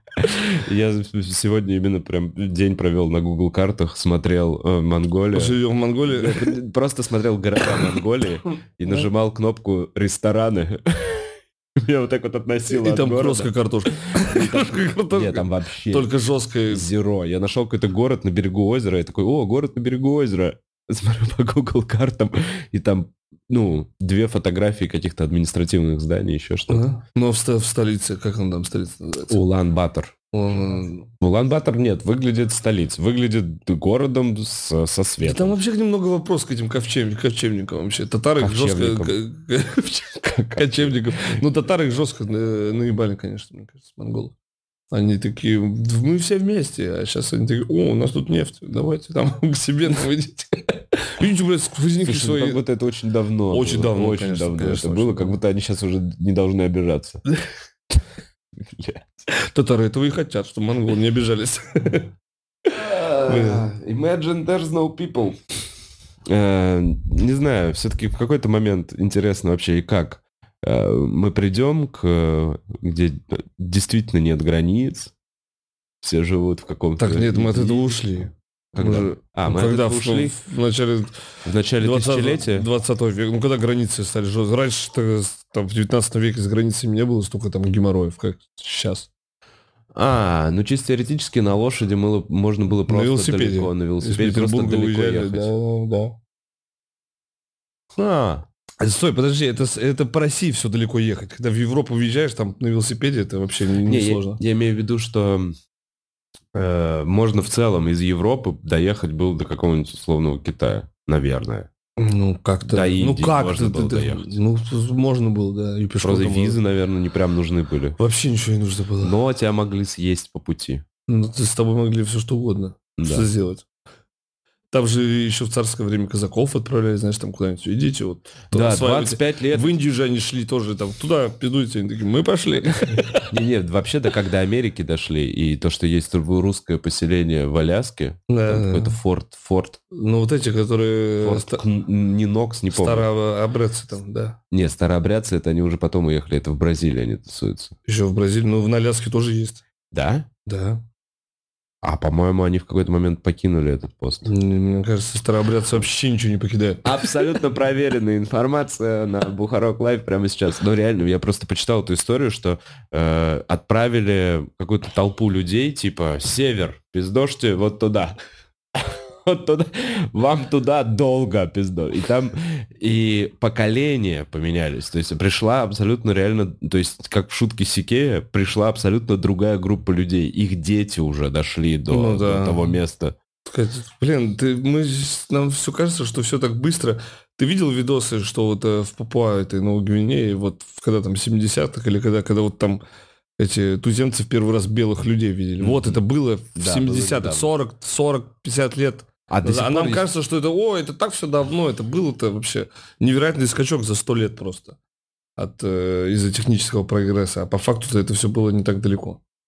Я сегодня именно прям день провел на Google картах, смотрел э, Монголию. Живем в Монголии. Просто смотрел города Монголии и нажимал кнопку «Рестораны». Меня вот так вот относило И от там города. жесткая картошка. Жесткая картошка. Нет, там вообще Только жесткая. зеро. Я нашел какой-то город на берегу озера, и такой, о, город на берегу озера. Смотрю по Google картам, и там, ну, две фотографии каких-то административных зданий, еще что-то. Ага. Ну, в, ста- в столице, как он там столица называется? Улан-Батор. Он- Улан-Батор нет, выглядит столицей, выглядит городом с- со Да светом. там вообще немного вопросов к этим ковчег- ковчевникам вообще. Татары их жестко... Ковчевникам. Кочевников. Ну, татары их жестко э, наебали, конечно, мне кажется, монголы. Они такие, мы все вместе, а сейчас они такие, о, у нас тут нефть, давайте там к себе там идите. Видите, блядь, возникли Слушай, ну, свои... как будто это очень давно. Очень было. давно, Очень конечно, давно конечно, это очень было, как давно. будто они сейчас уже не должны обижаться. Бля. Татары этого и хотят, чтобы монголы не обижались. Imagine there's no people. Э, Не знаю, все-таки в какой-то момент интересно вообще и как. Э, Мы придем к, где действительно нет границ, все живут в каком-то... Так, нет, мы от этого единстве. ушли. Когда? Мы же- А, ну, мы от когда этого в, ушли в начале в начале тысячелетия? двадцатого века, ну когда границы стали жестко. Раньше там, в девятнадцатом веке с границами не было столько там геморроев, как сейчас. А, ну чисто теоретически на лошади было, можно было просто на велосипеде. далеко, на Из велосипеде просто Петербурга далеко уезжали, ехать. да, да. А, А, Стой, подожди, это, с- это по России все далеко ехать. Когда в Европу въезжаешь, там на велосипеде, это вообще не, не не, я, сложно. я имею в виду, что э, можно в целом из Европы доехать было до какого-нибудь условного Китая, наверное. Ну, как-то... До ну, Индии как можно ты- было ты- доехать. Ну, можно было, да, и пешком. Просто там было. визы, наверное, не прям нужны были. Вообще ничего не нужно было. Но тебя могли съесть по пути. Ну, ты с тобой могли все что угодно Да. что сделать. Там же еще в царское время казаков отправляли, знаешь, там куда-нибудь, идите, вот. Да, осваивайте. двадцать пять лет. В Индию же они шли тоже, там, туда, пиздуйте. Они такие, мы пошли. Не, не, вообще-то, когда Америки дошли, и то, что есть русское поселение в Аляске, там Да. какой-то форт, форт, Ну, вот эти, которые... форт ста- Кн- не Нокс, не помню. Старообрядцы там, да. Не, старообрядцы, это они уже потом уехали, это в Бразилии они тусуются. Еще в Бразилии, ну, в Аляске тоже есть. Да? Да. А, по-моему, они в какой-то момент покинули этот пост. Мне кажется, старообрядцы вообще ничего не покидают. Абсолютно проверенная информация на Бухарок Лайв прямо сейчас. Ну, реально, я просто почитал эту историю, что э, отправили какую-то толпу людей, типа, север, пиздошьте вот туда. Вот туда. Вам туда долго, пиздо. И там и поколения поменялись. То есть пришла абсолютно реально, то есть как в шутке Сикея, пришла абсолютно другая группа людей. Их дети уже дошли до, Ну да. до того места. Сказать, блин, ты, мы, нам все кажется, что все так быстро. Ты видел видосы, что вот э, в Папуа, этой Новой Гвинее, вот в- когда там семидесятых, или когда, когда вот там эти туземцы в первый раз белых людей видели. Вот это было в Да, было семидесятых, недавно. сорок, сорок, пятьдесят лет. А, до сих А пор нам есть- кажется, что это, о, это так все давно, это было-то вообще невероятный скачок за сто лет просто от, э, из-за технического прогресса. А по факту-то это все было не так далеко.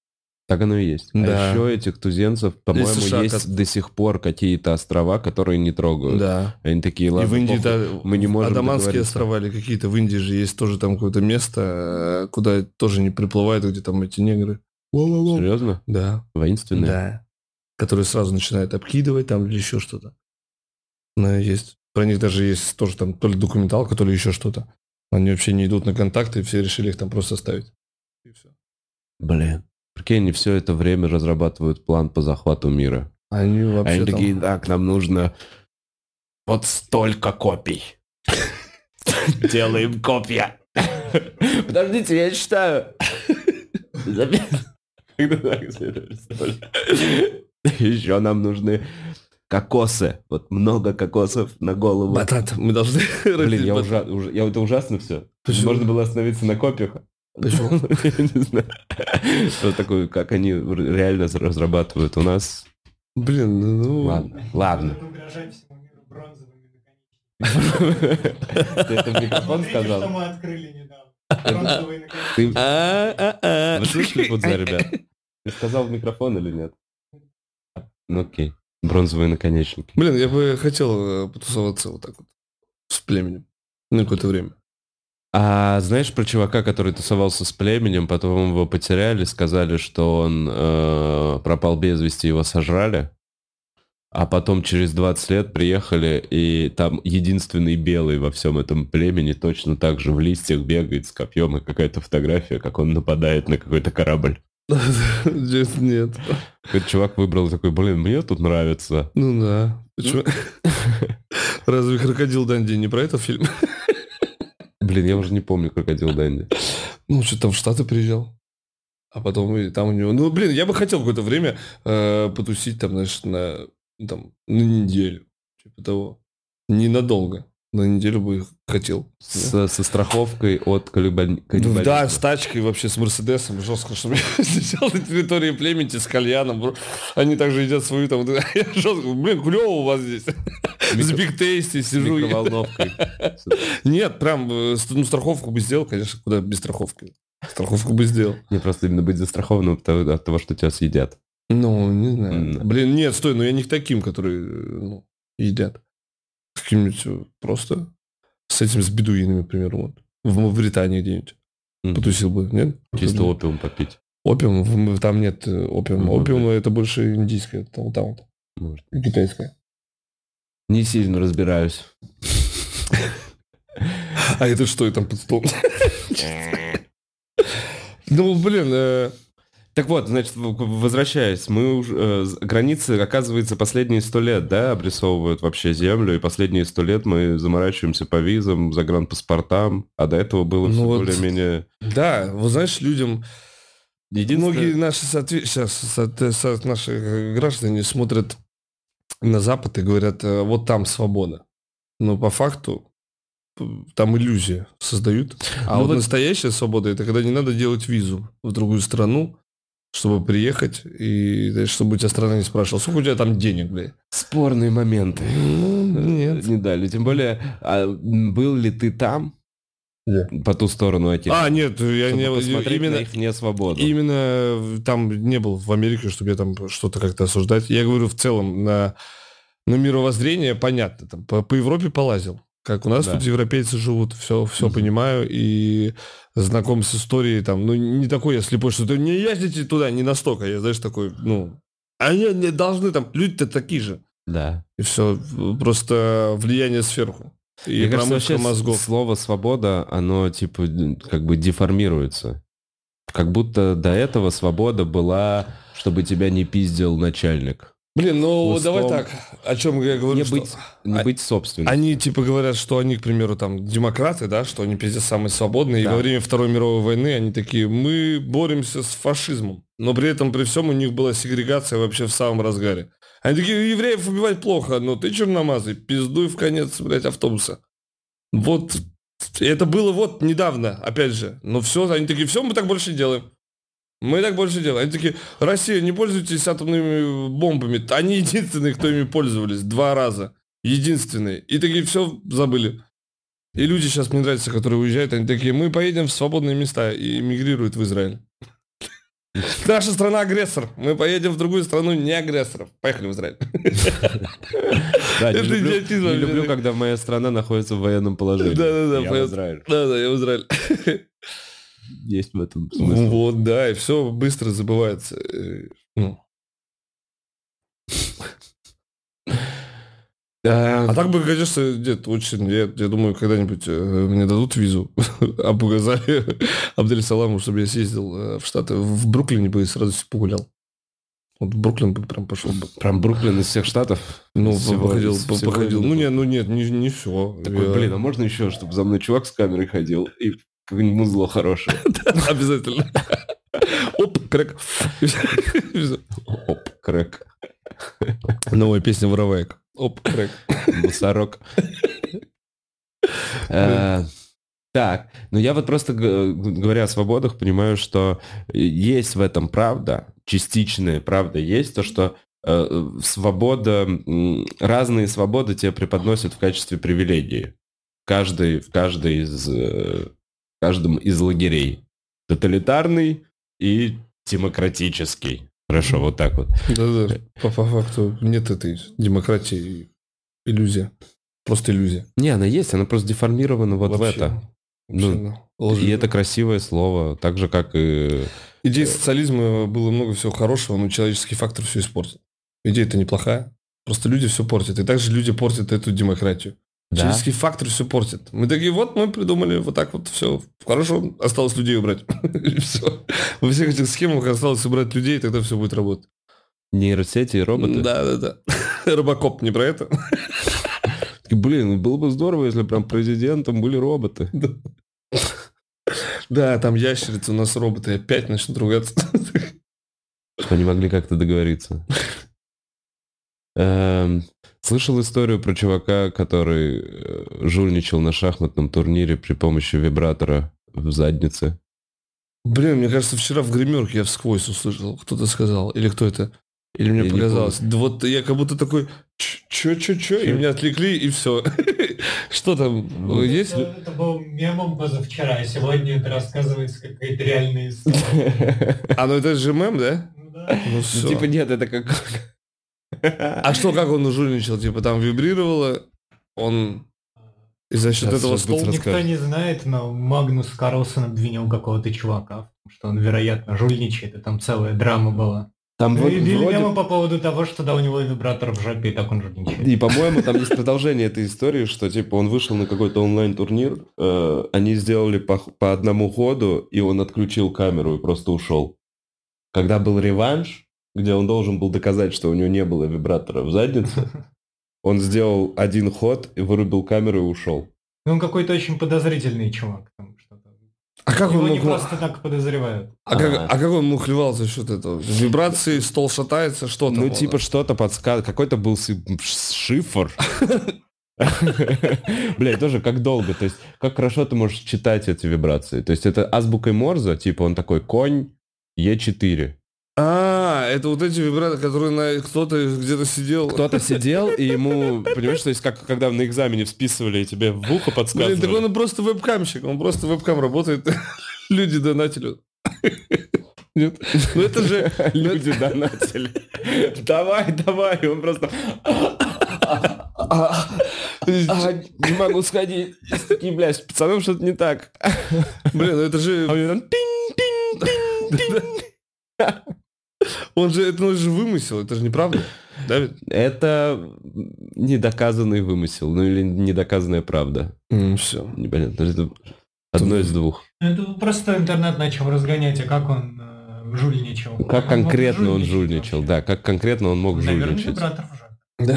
Так оно и есть. Да. А еще этих туземцев, по-моему, США, есть как- до сих пор какие-то острова, которые не трогают. Да. Они такие, И ладно, в Индии, похуй, да, мы не можем Адаманские договориться. острова или какие-то в Индии же есть тоже там какое-то место, э, куда тоже не приплывают, где там эти негры. Воу-воу-воу. Серьезно? Да. Воинственные? Да. Которые сразу начинают обкидывать там или еще что-то. Но есть. Про них даже есть тоже там то ли документалка, то ли еще что-то. Они вообще не идут на контакты, и все решили их там просто оставить. И все. Блин. Прикинь, они все это время разрабатывают план по захвату мира. Они вообще Они там... такие, так, нам нужно вот столько копий. Делаем копья. Подождите, я читаю. Еще нам нужны кокосы. Вот много кокосов на голову. Батат, мы должны... Блин, я, батат. ужа... уж- я это ужасно все. Почему? Можно было остановиться на копиях. Почему? Я не знаю. Вот такой, как они реально разрабатывают у нас. Блин, ну... Ладно, ладно. Мы угрожаем всему миру бронзовыми наконечниками. Ты это в микрофон Смотрите, что сказал? мы открыли недавно. Бронзовые наконечники. Ты... А-а-а. Вы слышали, Фудзе, ребят? Ты сказал в микрофон или нет? Ну окей. Бронзовые наконечники. Блин, я бы хотел э, потусоваться вот так вот с племенем на какое-то время. А знаешь про чувака, который тусовался с племенем, потом его потеряли, сказали, что он э, пропал без вести, его сожрали, а потом через двадцать лет приехали, и там единственный белый во всем этом племени точно так же в листьях бегает с копьем, и какая-то фотография, как он нападает на какой-то корабль. Нет. Какой-то чувак выбрал такой, блин, мне тут нравится. Ну да. Почему? Разве «Крокодил Данди» не про этот фильм? Блин, я уже не помню «Крокодил Данди». Ну, что-то там в Штаты приезжал. А потом и там у него... Ну, блин, я бы хотел какое-то время э, потусить там, знаешь, на, там, на неделю. Типа того. Ненадолго. На неделю бы хотел. С, со страховкой от колебаль... Да, каннибализма. да, с тачкой вообще, с Мерседесом. Жестко, чтобы я сидел на территории племени с кальяном. бро. Они также едят свою там... вот это. Я жестко, блин, клево у вас здесь. С Биг Тейсти С сижу. микроволновкой. Нет, прям э, ст- ну, страховку бы сделал, конечно, куда без страховки. Страховку бы сделал. Не просто именно быть застрахованным от того, от того, что тебя съедят. Ну, не знаю. М. Блин, нет, стой, ну я не к таким, которые э, ну, едят. Каким-нибудь э, просто с этим, с бедуинами, например, вот. В Мавритании где-нибудь. М. Потусил бы, нет? Чисто опиум попить. Опиум, в- там нет э, опиума. Может Опиум быть. это больше индийское, там, там вот, Может. китайское. Не сильно разбираюсь. А это что, я там под стол? Ну, блин, э, Так вот, значит, в- в- возвращаясь, мы уже, э, с- границы, оказывается, последние сто лет, да, обрисовывают вообще Землю, и последние сто лет мы заморачиваемся по визам, загранпаспортам, а до этого было Ну все вот. более-менее... да, вот знаешь, людям... Единственное... Многие наши, соотве- сейчас, соотве- со- наши э, граждане смотрят на Запад и говорят, э, вот там свобода. Но по факту п- там иллюзия создают. А Ну вот, вот- настоящая свобода, это когда не надо делать визу в другую страну, чтобы приехать, и да, чтобы у тебя страна не спрашивала, сколько у тебя там денег, блядь. Спорные моменты. Ну, нет. Не дали. Тем более, а, м, был ли ты там, Где? по ту сторону океана, А, нет, я чтобы не... посмотреть Именно, на их несвободу? именно там не был в Америке, чтобы я там что-то как-то осуждать. Я говорю в целом на, на мировоззрение, понятно. Там, по, по Европе полазил. Как у нас Да. тут европейцы живут, все, все Мгм. понимаю. И знаком с историей, там, ну, не такой я слепой, что не ездите туда, не настолько. Я, знаешь, такой, ну... Они не должны там... Люди-то такие же. Да. И все. Просто влияние сверху. И Мне кажется, промывка вообще мозгов. слово «свобода», оно, типа, как бы деформируется. Как будто до этого свобода была, чтобы тебя не пиздил начальник. Блин, ну Ну, давай словом, так. О чем я говорю, Не что... быть, не А- быть собственным. Они типа говорят, что они, к примеру, там демократы, да, что они пиздец самые свободные. Да. И во время Второй мировой войны они такие, мы боремся с фашизмом. Но при этом, при всем, у них была сегрегация вообще в самом разгаре. Они такие, евреев убивать плохо, но ты черномазый, пиздуй в конец, блядь, автобуса. Вот, это было вот недавно, опять же. Но все, они такие, все, мы так больше не делаем. Мы так больше делаем. Они такие, Россия, не пользуйтесь атомными бомбами. Они единственные, кто ими пользовались. Два раза. Единственные. И такие, все, забыли. И люди сейчас, мне нравится, которые уезжают, они такие, мы поедем в свободные места и эмигрируют в Израиль. Наша страна агрессор. Мы поедем в другую страну не агрессоров. Поехали в Израиль. Да, не Это люблю, идиотизм, не люблю, блин. когда моя страна находится в военном положении. Да-да-да, Я в поэт- Израиль. Да-да, я в Израиль. Есть в этом смысл. Вот, да, и все быстро забывается. Э, ну. Да. А так бы, конечно, дед, очень, я, я думаю, когда-нибудь э, мне дадут визу Абу Газали, Абдель Саламу, чтобы я съездил э, в Штаты, в Бруклине бы и с радостью погулял. Вот в Бруклин бы прям пошел бы. Прям Бруклин из всех штатов? Ну, Всего- походил, всего походил. один. Ну, нет, ну нет, не, не все. Такой, блин, а можно еще, чтобы за мной чувак с камерой ходил и какое-нибудь музло хорошее? Обязательно. Оп, крэк. Оп, крэк. Новая песня «Вороваек». Оп, крэк. Мусорок. Э, Так, ну я вот просто, г- говоря о свободах, понимаю, что есть в этом правда, частичная правда есть, то, что э, свобода, м, разные свободы тебе преподносят в качестве привилегии. Каждый, в каждой из, э, в каждом из лагерей. Тоталитарный и демократический. Хорошо, вот так вот. Да-да, по, по факту нет этой демократии, иллюзия. Просто иллюзия. Не, она есть, она просто деформирована вот в Вообще. это. Вообще, Ну, да. Лживо. И это красивое слово, так же, как и... Идеи социализма было много всего хорошего, но человеческий фактор все испортит. Идея-то неплохая. Просто люди все портят. И также люди портят эту демократию. Да. Человеческий фактор все портит. Мы такие, вот мы придумали вот так вот все. Хорошо, осталось людей убрать. И все. Во всех этих схемах осталось убрать людей, и тогда все будет работать. Нейросети и роботы. Да-да-да. Робокоп не про это. Такие, блин, было бы здорово, если прям президентом были роботы. Да, там ящерицы, у нас роботы опять начнут ругаться. Что они могли как-то договориться. Эм, Слышал историю про чувака, который э, жульничал на шахматном турнире при помощи вибратора в заднице. Блин, мне кажется, вчера в гримерке я всквозь услышал, кто-то сказал. Или кто это? Или мне Я не показалось. Да вот я как будто такой, чё-чё-чё, и меня отвлекли, и все. Что там, Ну, есть? Это, это был мемом позавчера, а сегодня это рассказывается какая-то реальная история. А, ну это же мем, да? Ну да. Ну Ну, все. типа, нет, это как... А что, как он жульничал? Типа там вибрировало, он... И за счет Сейчас, этого сейчас будет стол... расскажешь. Никто не знает, но Магнус Карлсон обвинил какого-то чувака, в том, что он, вероятно, жульничает, и там целая драма была. Там Ну вот и били вроде... мемы по поводу того, что да, у него вибратор в жопе, и так он жульничает. И, по-моему, там есть продолжение этой истории, что, типа, он вышел на какой-то онлайн-турнир, э, они сделали по, по одному ходу, и он отключил камеру и просто ушел. Когда был реванш, где он должен был доказать, что у него не было вибратора в заднице, он сделал один ход и вырубил камеру и ушел. Ну он какой-то очень подозрительный чувак. Там что-то. А как Его он не мог... просто так подозревают. А как, А. а как он мухлевал за счет этого? Вибрации, стол шатается, что там? Ну, было? типа, что-то подсказывает. Какой-то был си- шифр. Блядь, тоже как долго. То есть, как хорошо ты можешь читать эти вибрации. То есть, это азбукой Морзе, типа, он такой, конь, Е четыре. А, это вот эти вибраторы, которые на... кто-то где-то сидел. Кто-то сидел, и ему, понимаешь, то есть, как когда на экзамене всписывали, и тебе в ухо Блин, подсказывали. так он просто вебкамщик, он просто вебкам работает. Люди донатили. Нет? Ну это же... Люди донатили. Давай, давай, он просто... А, не могу сходить. Такие, блядь, с пацаном что-то не так. Блин, ну это же... А у него там тинь-тинь-тинь-тинь. Он же, это он же вымысел, это же неправда. Да, ведь? Это недоказанный вымысел, ну или недоказанная правда. Все. Непонятно, это одно из двух. Это просто интернет начал разгонять, а как он э, жульничал. Как Он мог конкретно он жульничать жульничал, вообще. да, как конкретно он мог Наверное, жульничать. вибратор в жопе.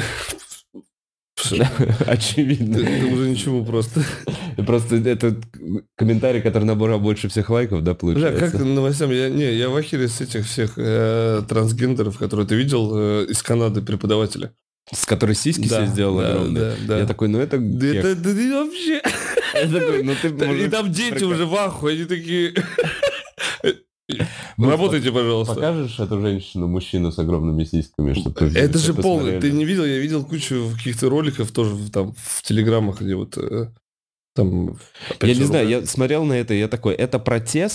Очевидно. Это уже ничего просто. Просто это комментарий, который набрал больше всех лайков, да, Бля, как получается? новостям? Я, не, я в ахере с этих всех э, трансгендеров, которые ты видел э, из Канады преподавателя. С которой сиськи Да, себе сделал да, огромные. да, да. Я такой, ну это... Да кек. это, да ты вообще... Я такой, ну ты... И может, там дети прикол- уже в ахуе, они такие... Ну, Работайте, пожалуйста. Покажешь эту женщину, мужчину с огромными сиськами, чтобы ты Это все же полный. посмотрели? Ты не видел? Я видел кучу каких-то роликов тоже в- там в телеграммах, где вот э, там... опять Я же не знаю, ругают. я смотрел на это, и я такой, это протест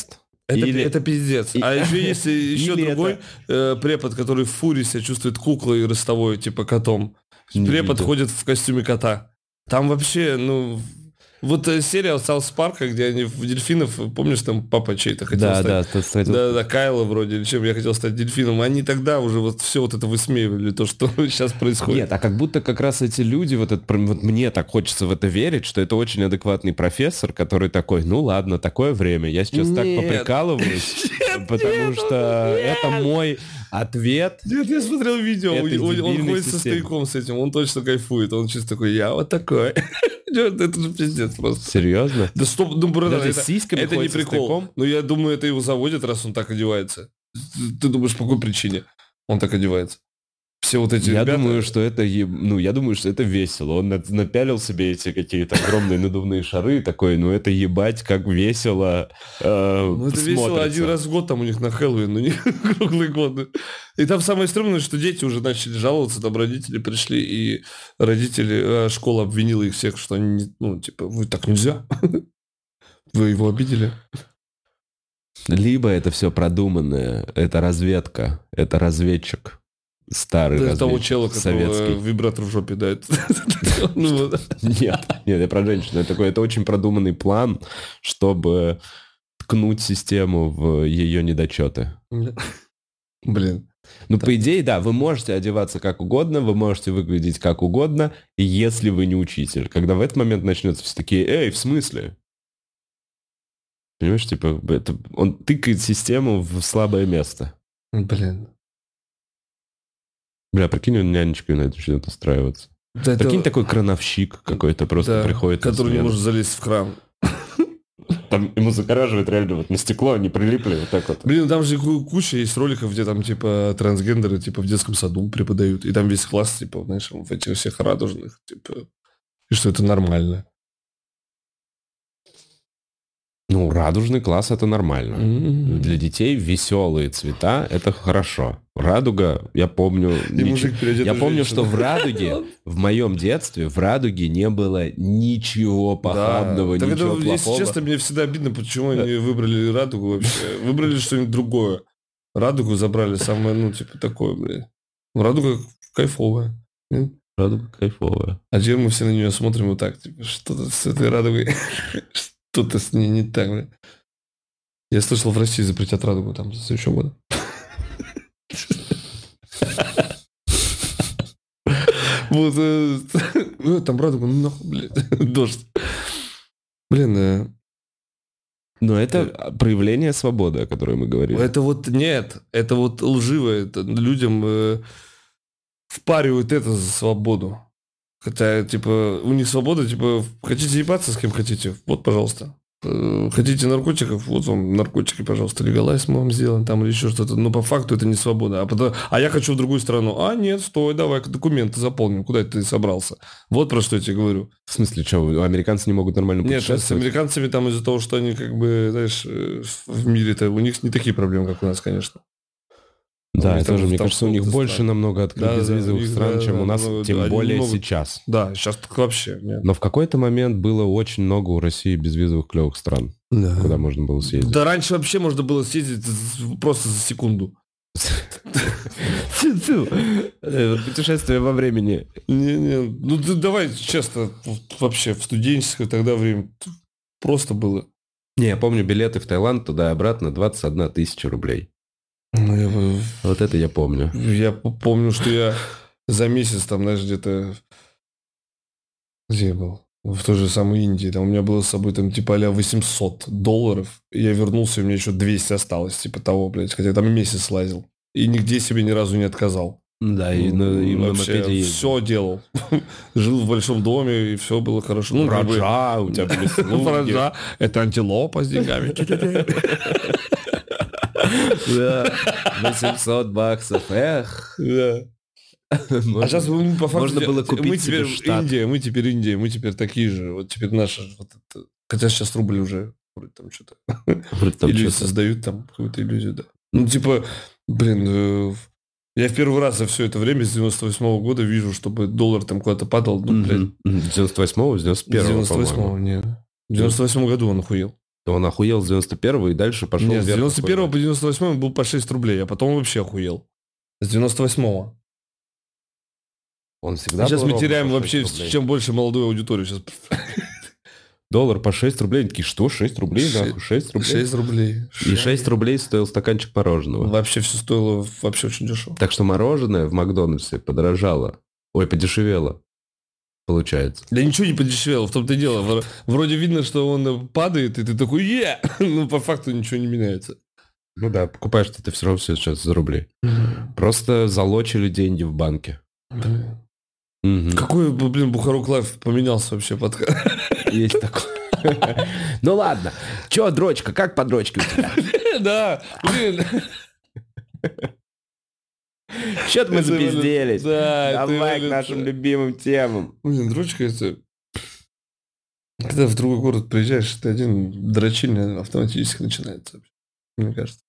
Это, Или- это пиздец. И- А еще есть еще Или другой э, препод, который в фуре себя чувствует куклой ростовой, типа котом. Не Препод видел. ходит в костюме кота. Там вообще, ну... Вот э, серия Саус Парка, где они в дельфинов, помнишь, там папа чей-то хотел Да, стать? да, тот кстати, Да, да, Кайла вроде, или чем я хотел стать дельфином. Они тогда уже вот все вот это высмеивали, то, что сейчас происходит. Нет, а как будто как раз эти люди, вот, это, прям вот мне так хочется в это верить, что это очень адекватный профессор, который такой, ну ладно, такое время, я сейчас так Нет. поприкалываюсь, потому что это мой ответ. Нет, я смотрел видео, Этой он, он дебильной ходит со системы. стояком с этим, он точно кайфует, он чисто такой, я вот такой. Это же пиздец просто. Серьезно? Да стоп, ну, братан, Даже это, с сиськами это не ходит со прикол. стояком? Но я думаю, это его заводит, раз он так одевается. Ты думаешь, по какой причине он так одевается? Все вот эти Я ребята... думаю, что это, е- ну, я думаю, что это весело. Он на- напялил себе эти какие-то огромные надувные шары, такой, ну, это ебать, как весело э, Ну, это весело смотрится. один раз в год там у них на Хэллоуин, но не круглый год. И там самое стрёмное, что дети уже начали жаловаться, там родители пришли, и родители, э, школа обвинила их всех, что они, не- ну, типа, вы так нельзя. Вы его обидели. Либо это все продуманное, это разведка, это разведчик. Старый Да, разведчик, того чела, которого советский. вибратор в жопе дает. Ну, вот. Нет, нет, я про женщину. Это такой, это очень продуманный план, чтобы ткнуть систему в ее недочеты. Блин. Ну, по идее, да, вы можете одеваться как угодно, вы можете выглядеть как угодно, если вы не учитель. Когда в этот момент начнется все такие, эй, в смысле? Понимаешь, типа, это, он тыкает систему в слабое место. Блин. Бля, прикинь, он нянечкой на это начнет устраиваться. Да это- Прикинь, такой крановщик какой-то просто да, приходит. на который не смену. может залезть в кран. Там ему загораживает реально вот на стекло, они прилипли вот так вот. Блин, там же ку- куча есть роликов, где там, типа, трансгендеры, типа, в детском саду преподают. И там весь класс, типа, знаешь, в этих всех радужных, типа, и что это нормально. Ну, радужный класс — это нормально. М-м-м. Для детей веселые цвета — это хорошо. Радуга, я помню... И ничего- мужик переодетый Я в помню, женщину. что в радуге, в моем детстве, в радуге не было ничего похабного, Так ничего это, если плохого. честно, мне всегда обидно, почему они выбрали радугу вообще. Выбрали что-нибудь другое. Радугу забрали, самое, ну, типа, такое, блядь. Ну, радуга кайфовая. М? Радуга кайфовая. А теперь мы все на нее смотрим вот так, типа, что-то с этой радугой, что-то с ней не так, блядь. Я слышал, в России запретят радугу там за следующего года. Вот, э, ну, там радуга, ну нахуй, блядь, дождь. Блин, э, Но это проявление свободы, о которой мы говорили. это вот нет, это вот лживое, это людям э, впаривают это за свободу. Хотя, типа, у них свобода, типа, хотите ебаться с кем хотите, вот, пожалуйста. Э, Хотите наркотиков, вот вам наркотики, пожалуйста, легалайз мы вам сделаем, там, или еще что-то. Но по факту это не свобода. А, потом, а я хочу в другую страну. А, нет, стой, давай документы заполним. Куда ты собрался? Вот про что я тебе говорю. В смысле, что, американцы не могут нормально Нет, с путешествовать? американцами там из-за того, что они, как бы, знаешь, э, в мире-то у них не такие проблемы, как у нас, конечно. Да, У них тоже, там- мне там кажется, у них сколько-то больше стран. намного открыт Да, да, безвизовых у них, стран, да, чем да, у нас, ну, тем они более могут- сейчас. Да, сейчас так вообще. Нет. Но в какой-то момент было очень много у России безвизовых клевых стран, Да. куда можно было съездить. Да раньше вообще можно было съездить з- просто за секунду. Э, Путешествие во времени. Не-не, ну ты давай честно, вот вообще в студенческое тогда время просто было. Не, я помню билеты в Таиланд туда и обратно двадцать одна тысяча рублей. Ну, я, бы- Вот это я помню. я п- помню, что я за месяц там, знаешь, где-то... Где я был? В той же самой Индии. Там у меня было с собой там типа а-ля восемьсот долларов. И я вернулся, и у меня еще двести осталось. Типа того, блядь. Хотя я там месяц лазил. И нигде себе ни разу не отказал. Да, и на, и на Вообще мопеде ездил. все делал. Жил в большом доме, и все было хорошо. Ну, как бы- Раджа, у тебя были слуги. Раджа, это антилопа с деньгами. Да, восемьсот баксов, эх. Да. А Можно- сейчас мы по факту... можно было купить мы себе теперь штат. Индия, мы теперь Индия, мы теперь такие же. Вот теперь наши... Вот это... Хотя сейчас рубль уже вроде там что-то... Вроде там иллюзию что-то. создают там, какую-то иллюзию, да. Ну, типа, блин, э, я в первый раз за все это время с девяносто восьмого года вижу, чтобы доллар там куда-то падал. Ну, блядь, Мгм. С девяносто восьмого, с девяносто с первого, девяносто восьмого, по-моему. не. В девяносто восьмом году он охуел. Он охуел с девяносто первого и дальше пошел Нет, с вверх. девяносто первого какой-то. по девяносто восьмой был по шесть рублей, а потом вообще охуел. С девяносто восьмого. Он всегда Сейчас был мы ровно теряем по вообще, шесть рублей. чем больше молодую аудиторию. Сейчас Доллар по шесть рублей. Они такие, что, шесть рублей? Ше- Нахуй, шесть рублей? шесть рублей. И шесть рублей стоил стаканчик мороженого. Вообще все стоило вообще очень дешево. Так что мороженое в Макдональдсе подорожало. Ой, подешевело. Получается. Да ничего не подешевело, в том-то и дело. Вро- Вроде видно, что он падает, и ты такой, е! Ну, по факту ничего не меняется. Ну да, покупаешь ты все равно все сейчас за рубли. Просто залочили деньги в банке. Мгм. Какой, блин, Бухарок Лайф поменялся вообще под... Есть такое. Ну ладно. Че, дрочка, как по дрочке у тебя? Да, блин. Че-то мы Это, блин, запизделись. да, это, Давай к блин, нашим да. любимым темам. Блин, дрочка это... Когда в другой город приезжаешь, ты один дрочильня автоматически начинается вообще, мне кажется.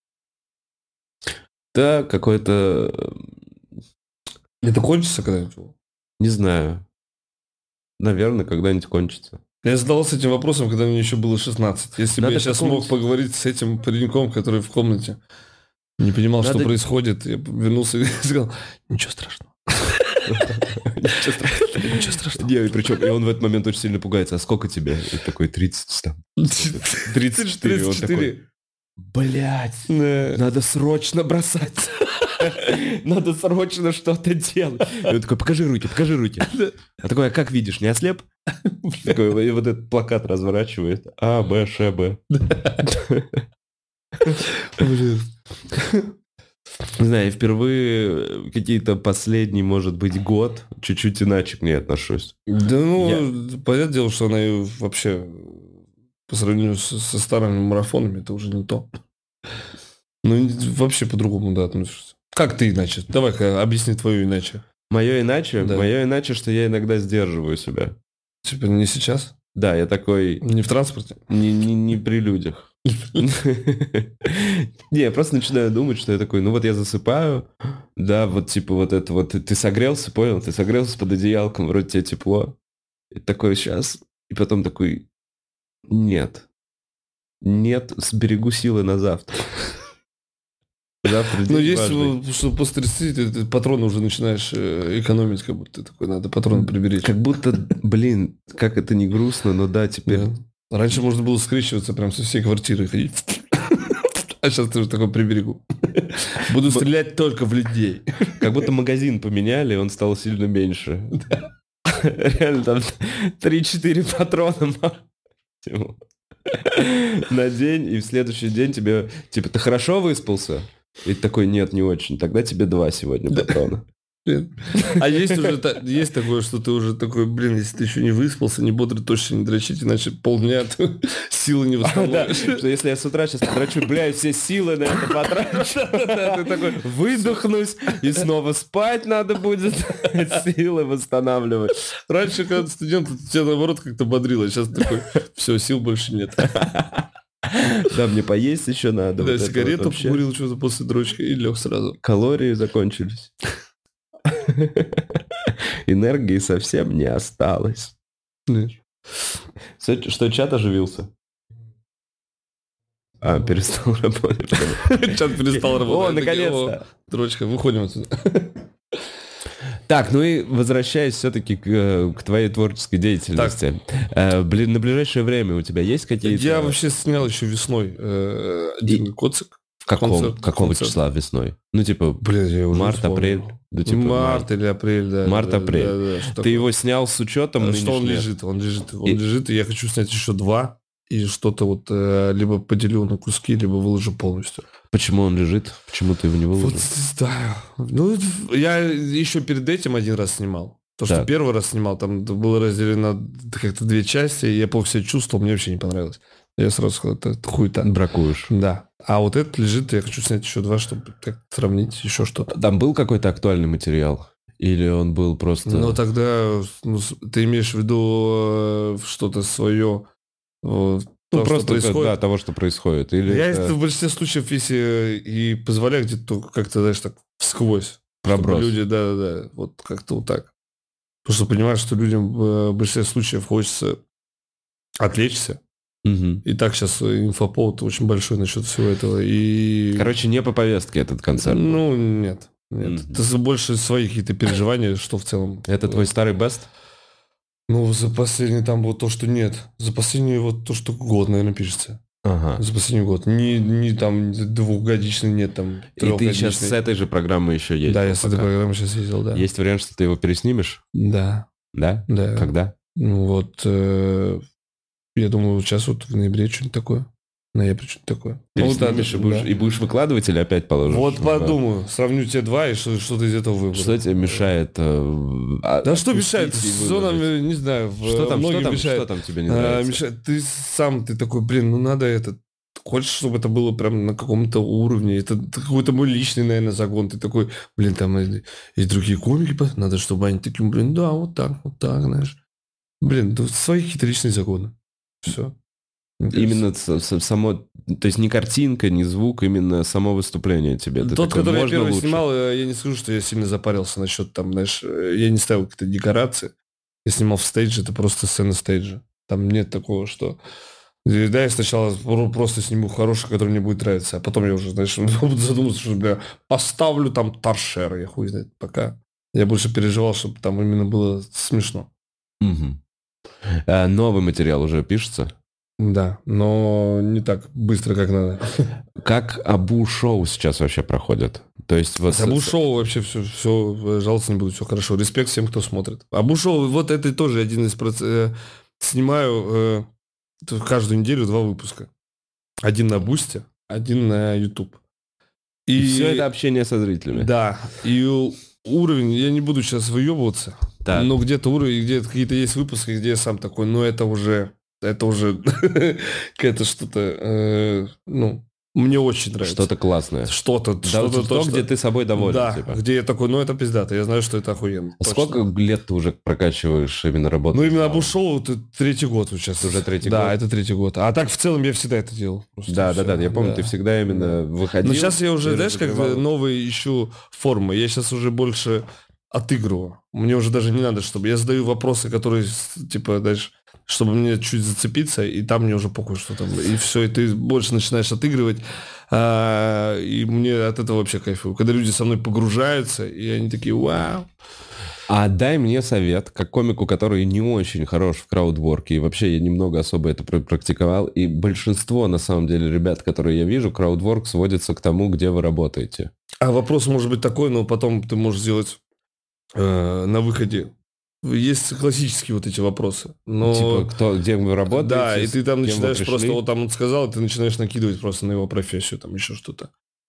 Да, какой-то... Это кончится когда-нибудь? Не знаю. Наверное, когда-нибудь кончится. Я задавался этим вопросом, когда мне еще было шестнадцать. Если бы Надо я сейчас мог какого-нибудь- поговорить с этим пареньком, который в комнате, не понимал, что Надо- происходит, я вернулся и сказал, ничего страшного. Ничего страшного. Ничего страшного. Не, и причем, и он в этот момент очень сильно пугается. А сколько тебе? И такой, тридцать там. тридцать четыре. Он такой, блядь, Да. надо срочно бросать. Надо срочно что-то делать. И он такой, покажи руки, покажи руки. А такой, а как видишь, не ослеп? Такой, и вот этот плакат разворачивает. А, Б, Ш, Б. Блин. Не знаю, я впервые какие-то последний, может быть, год чуть-чуть иначе к ней отношусь. Да ну, понятное дело, что она и вообще по сравнению с- со старыми марафонами, это уже не то. Ну, вообще по-другому, да, относишься. Как ты иначе? Давай-ка объясни твою иначе. Мое иначе? Да. Мое иначе, что я иногда сдерживаю себя. Типа не сейчас? Да, я такой Не в транспорте? не, не, не при людях. Не, я просто начинаю думать, что я такой, ну вот я засыпаю, да, вот типа вот это вот, ты согрелся, понял, ты согрелся под одеялком, вроде тебе тепло. И такой сейчас, и потом такой, нет, нет, сберегу силы на завтра. Завтра Ну, день есть, важный. вот, что после тридцати ты, ты патроны уже начинаешь э, экономить, как будто ты такой, надо патроны приберечь. Как будто, блин, как это не грустно, но да, теперь... Да. Раньше можно было скрещиваться прям со всей квартиры ходить. А сейчас ты уже такой приберегу. Буду стрелять только в людей. Как будто магазин поменяли, он стал сильно меньше. Реально там три-четыре патрона максимум на день, и в следующий день тебе, типа, ты хорошо выспался? И ты такой, нет, не очень. Тогда тебе два сегодня патрона. Блин. А есть уже та- есть такое, что ты уже такой, блин, если ты еще не выспался, не бодрый, точно не дрочить, иначе полдня ты силы не Да, восстановишь. что если я с утра сейчас потрачу, бля, все силы на это потрачу, ты такой, выдохнусь, и снова спать надо будет, силы восстанавливать. Раньше, когда ты студент, тебя наоборот как-то бодрило, сейчас такой, все, сил больше нет. Да, мне поесть еще надо. Да, вот это вот сигарету вообще. покурил что-то после дрочки и лег сразу. Калории закончились. Энергии совсем не осталось. Что, что, чат оживился? А, перестал работать. Чат перестал работать. О, наконец-то. Дрочка, выходим отсюда. Так, ну и возвращаясь все-таки к, э, к твоей творческой деятельности. Э, блин, на ближайшее время у тебя есть какие-то... Я вообще снял еще весной э, один коцик. В каком, концерт, какого концерт. числа весной? Ну, типа, Блин, я уже март, вспомнил. апрель? Да, типа, Март или апрель, да. Март, да, апрель. да, да, что Ты такое. его снял с учетом А что он нынешнего? лежит, он лежит, он И- лежит, и я хочу снять еще два, и что-то вот э, либо поделю на куски, либо выложу полностью. Почему он лежит? Почему ты его не выложил? Вот, да. Ну, я еще перед этим один раз снимал. То, что Так. первый раз снимал, там было разделено как-то две части, и я плохо себя чувствовал, мне вообще не понравилось. Я сразу сказал, это хуета. Бракуешь. Да. А вот этот лежит, я хочу снять еще два, чтобы как сравнить еще что-то. Там был какой-то актуальный материал? Или он был просто... Ну, тогда ну, с- ты имеешь в виду э, что-то свое, э, Ну, то, что просто происходит? да, того, что происходит. Или Я это это в большинстве случаев, если и позволяю где-то то как-то, знаешь, так всквозь. чтобы проброс. Люди, да-да-да, вот как-то вот так. Потому что понимаешь, что людям в большинстве случаев хочется отвлечься Угу. И так сейчас инфоповод очень большой насчет всего этого. И... Короче, не по повестке этот концерт. Ну, нет. Нет. Mm-hmm. Это больше свои какие-то переживания, что в целом... Это твой старый бест? Ну, за последний там было то, что нет. За последний вот то, что год, наверное, пишется. Ага. За последний год. Не, не там двухгодичный, нет там И ты сейчас с этой же программой еще ездил? Да, я с пока. этой программой сейчас ездил, да. Есть вариант, что ты его переснимешь? Да. Да? Да. Когда? Ну вот, э, я думаю, сейчас вот в ноябре что-нибудь такое. Ноябрь что-нибудь такое. Переснимешь ну, и, будешь, да. и будешь выкладывать или опять положишь? Вот подумаю, сравню те два и что, что-то из этого выберу. Что тебе мешает? Э, да что мешает? Что нам, не знаю, что там, что там, мешает. Что там тебе не нравится? А, мешает? Ты сам, ты такой, блин, ну надо это... Хочешь, чтобы это было прям на каком-то уровне. Это какой-то мой личный, наверное, загон. Ты такой, блин, там и другие комики, надо, чтобы они такие, блин, да, вот так, вот так, знаешь. Блин, да свои какие-то личные законы. Все. Именно само, то есть не картинка, не звук, именно само выступление тебе. Ты Тот, такой, который я первый лучше. снимал, я не скажу, что я сильно запарился насчет там, знаешь, я не ставил какие-то декорации. Я снимал в стейдже, это просто сцена стейджа. Там нет такого, что... Да, я сначала просто сниму хороший, который мне будет нравиться, а потом я уже, знаешь, буду задуматься, что, бля, поставлю там торшер, я хуй знает, пока. Я больше переживал, чтобы там именно было смешно. Угу. А новый материал уже пишется? Да, но не так быстро, как надо. Как Абу-шоу сейчас вообще проходит? То есть вот... Абу-шоу вообще все, все, жаловаться не буду, все хорошо. Респект всем, кто смотрит. Абу-шоу, вот это тоже один из процессов. Снимаю э, каждую неделю два выпуска. Один на Бусте, один на YouTube. И, и все это общение со зрителями. Да, и уровень, я не буду сейчас выебываться, так. но где-то уровень, где-то какие-то есть выпуски, где я сам такой, ну это уже... Это уже какое-то что-то, э, ну, мне очень нравится. Что-то классное. Что-то, да, что-то то, то, что... где ты собой доволен. Да, типа. где я такой, ну это пиздато, я знаю, что это охуенно. Сколько точно. лет ты уже прокачиваешь именно работу? Ну именно Абу-шоу, это третий год сейчас. Уже третий да, год? Да, это третий год. А так в целом я всегда это делал. Да, да, да, я помню, да. Ты всегда именно выходил. Но сейчас я уже, знаешь, как новые ищу формы. Я сейчас уже больше отыгрываю. Мне уже даже не надо, чтобы... Я задаю вопросы, которые, типа, дальше... чтобы мне чуть зацепиться, и там мне уже похуй, что там. И все, и ты больше начинаешь отыгрывать. А, и мне от этого вообще кайфую. Когда люди со мной погружаются, и они такие, вау. А дай мне совет, как комику, который не очень хорош в краудворке, и вообще я немного особо это практиковал, и большинство, на самом деле, ребят, которые я вижу, краудворк сводится к тому, где вы работаете. А вопрос может быть такой, но потом ты можешь сделать э, на выходе. Есть классические вот эти вопросы. Но... Типа, кто, где вы работаете? Да, и ты там начинаешь просто, вот там он сказал, и ты начинаешь накидывать просто на его профессию, там еще что-то.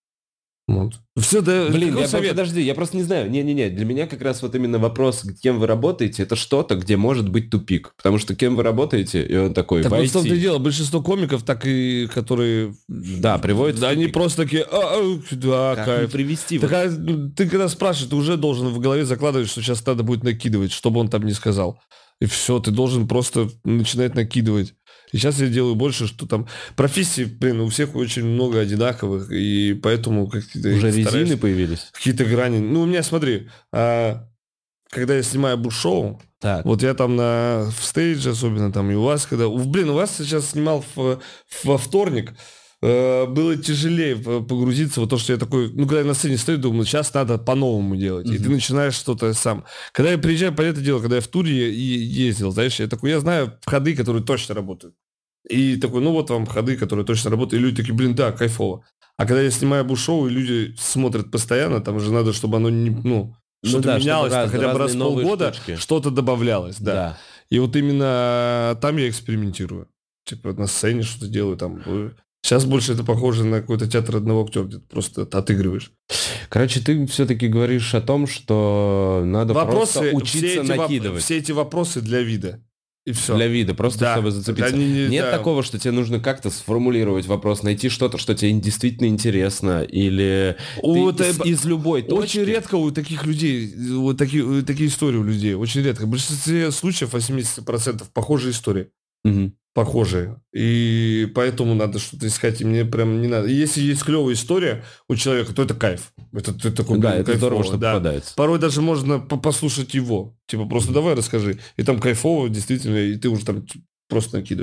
Вот. Все, да, блин, я, подожди, я просто не знаю. Не-не-не, для меня как раз вот именно вопрос, кем вы работаете, это что-то, где может быть тупик. Потому что кем вы работаете, и он такой, так в ай ти. Так вот в том-то и дело, большинство комиков, так и которые... Да, приводят... Да, они просто такие, а, а, да, как кайф. привести? Так, а, ты когда спрашиваешь, ты уже должен в голове закладывать, что сейчас надо будет накидывать, чтобы он там не сказал. И все, ты должен просто начинать накидывать. И сейчас я делаю больше, что там... Профессий, блин, у всех очень много одинаковых, и поэтому... Как-то уже резины появились? Какие-то грани. Ну, у меня, смотри, а, когда я снимаю Абу-шоу, так. вот я там на, в стейдже, особенно там и у вас, когда... Блин, у вас сейчас снимал в, во вторник, э, было тяжелее погрузиться в то, что я такой... Ну, когда я на сцене стою, думаю, сейчас надо по-новому делать. Mm-hmm. И ты начинаешь что-то сам. Когда я приезжаю, понятное дело, когда я в туре и ездил, знаешь, я такой, я знаю ходы, которые точно работают. И такой, ну вот вам ходы, которые точно работают. И люди такие, блин, да, кайфово. А когда я снимаю Абу-шоу, и люди смотрят постоянно, там же надо, чтобы оно не, ну, что-то ну, да, менялось, раз, хотя бы раз в полгода штучки. Что-то добавлялось, да. да. И вот именно там я экспериментирую. Типа на сцене что-то делаю там. Сейчас больше это похоже на какой-то театр одного актера, где ты просто отыгрываешь. Короче, ты все-таки говоришь о том, что надо вопросы, просто учиться все накидывать. Все эти вопросы для вида. И все. Для вида, просто да. чтобы зацепиться. Они, не, Нет да. такого, что тебе нужно как-то сформулировать вопрос, найти что-то, что тебе действительно интересно, или вот ты из, из любой точки. Очень редко у таких людей, вот такие, такие истории у людей, очень редко. В большинстве случаев восемьдесят процентов похожие истории. Угу. Похожие. И поэтому надо что-то искать, и мне прям не надо. И если есть клевая история у человека, то это кайф. Это, это такой, да, блин, это кайфово, здорово, что да. попадается. Порой даже можно послушать его. Типа, просто mm-hmm. давай расскажи. И там кайфово, действительно, и ты уже там просто накидываешь.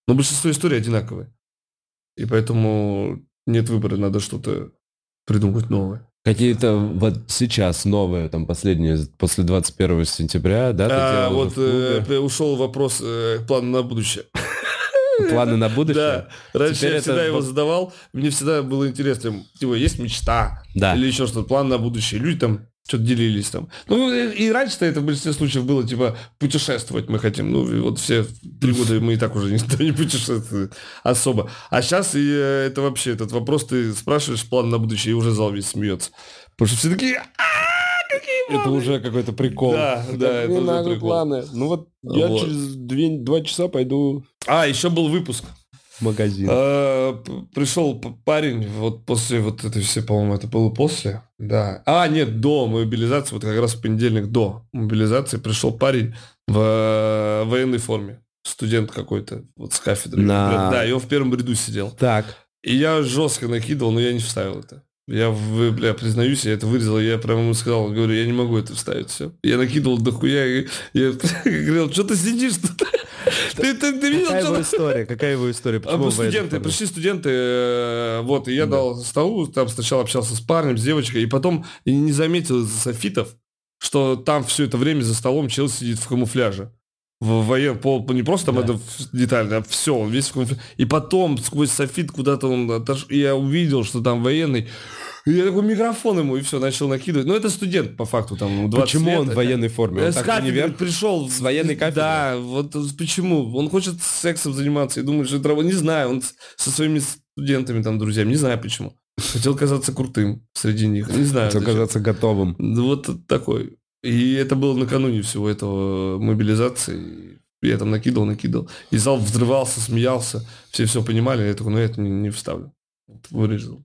Но большинство историй одинаковые. И поэтому нет выбора, надо что-то придумать новое. Какие-то вот сейчас новые, там, последние, после двадцать первого сентября, да? А, вот э, ушел вопрос э, план на будущее. Планы на будущее? Да. Раньше Теперь я всегда это... его задавал, мне всегда было интересно, типа, есть мечта? Да. Или еще что-то, план на будущее. Люди там что-то делились там. Ну, и раньше-то это в большинстве случаев было, типа, путешествовать мы хотим. Ну, и вот все три года мы и так уже никто не путешествует особо. А сейчас и это вообще, этот вопрос, ты спрашиваешь план на будущее, и уже зал весь смеется. Потому что все такие... Это уже какой-то прикол. Да, да, это уже прикол. Планы. Ну вот я Вот. через две, два часа пойду А, еще был выпуск. в магазин. А, п- пришел п- парень, вот после вот этой все, по-моему, это было после. Да. А, нет, до мобилизации, вот как раз в понедельник до мобилизации пришел парень в э, военной форме. Студент какой-то, вот с кафедры. На- Да, и он в первом ряду сидел. Так. И я жестко накидывал, но я не вставил это. Я, в- бля, признаюсь, я это вырезал, я прямо ему сказал, говорю, я не могу это вставить, все. Я накидывал дохуя, и я говорил, что ты сидишь тут? Ты, ты, ты видел, Какая что его там? история? Какая его история? А, Почему ну, в военной студенты, форме? пришли студенты, э, вот, и я Да. дал столу, там сначала общался с парнем, с девочкой, и потом и не заметил из-за софитов, что там все это время за столом чел сидит в камуфляже. В воен, по, по- не просто там Да. это в- детально, а все, он весь в камуфляже. И потом сквозь софит куда-то он отош... и я увидел, что там военный. И я такой микрофон ему, и все, начал накидывать. Ну, это студент, по факту, там, ему двадцать Почему лет. он в военной форме? Он Э, С так в кафедры универ? пришел. С военной кафедры? Да, вот почему? Он хочет сексом заниматься и думает, что это работа. Не знаю, он с- со своими студентами, там, друзьями, не знаю почему. Хотел казаться крутым среди них, не знаю. Хотел зачем. казаться готовым. Да вот такой. И это было накануне всего этого мобилизации. Я там накидывал, накидывал. И зал взрывался, смеялся. Все все понимали. Я такой, ну я это не, не вставлю. Вот вырезал.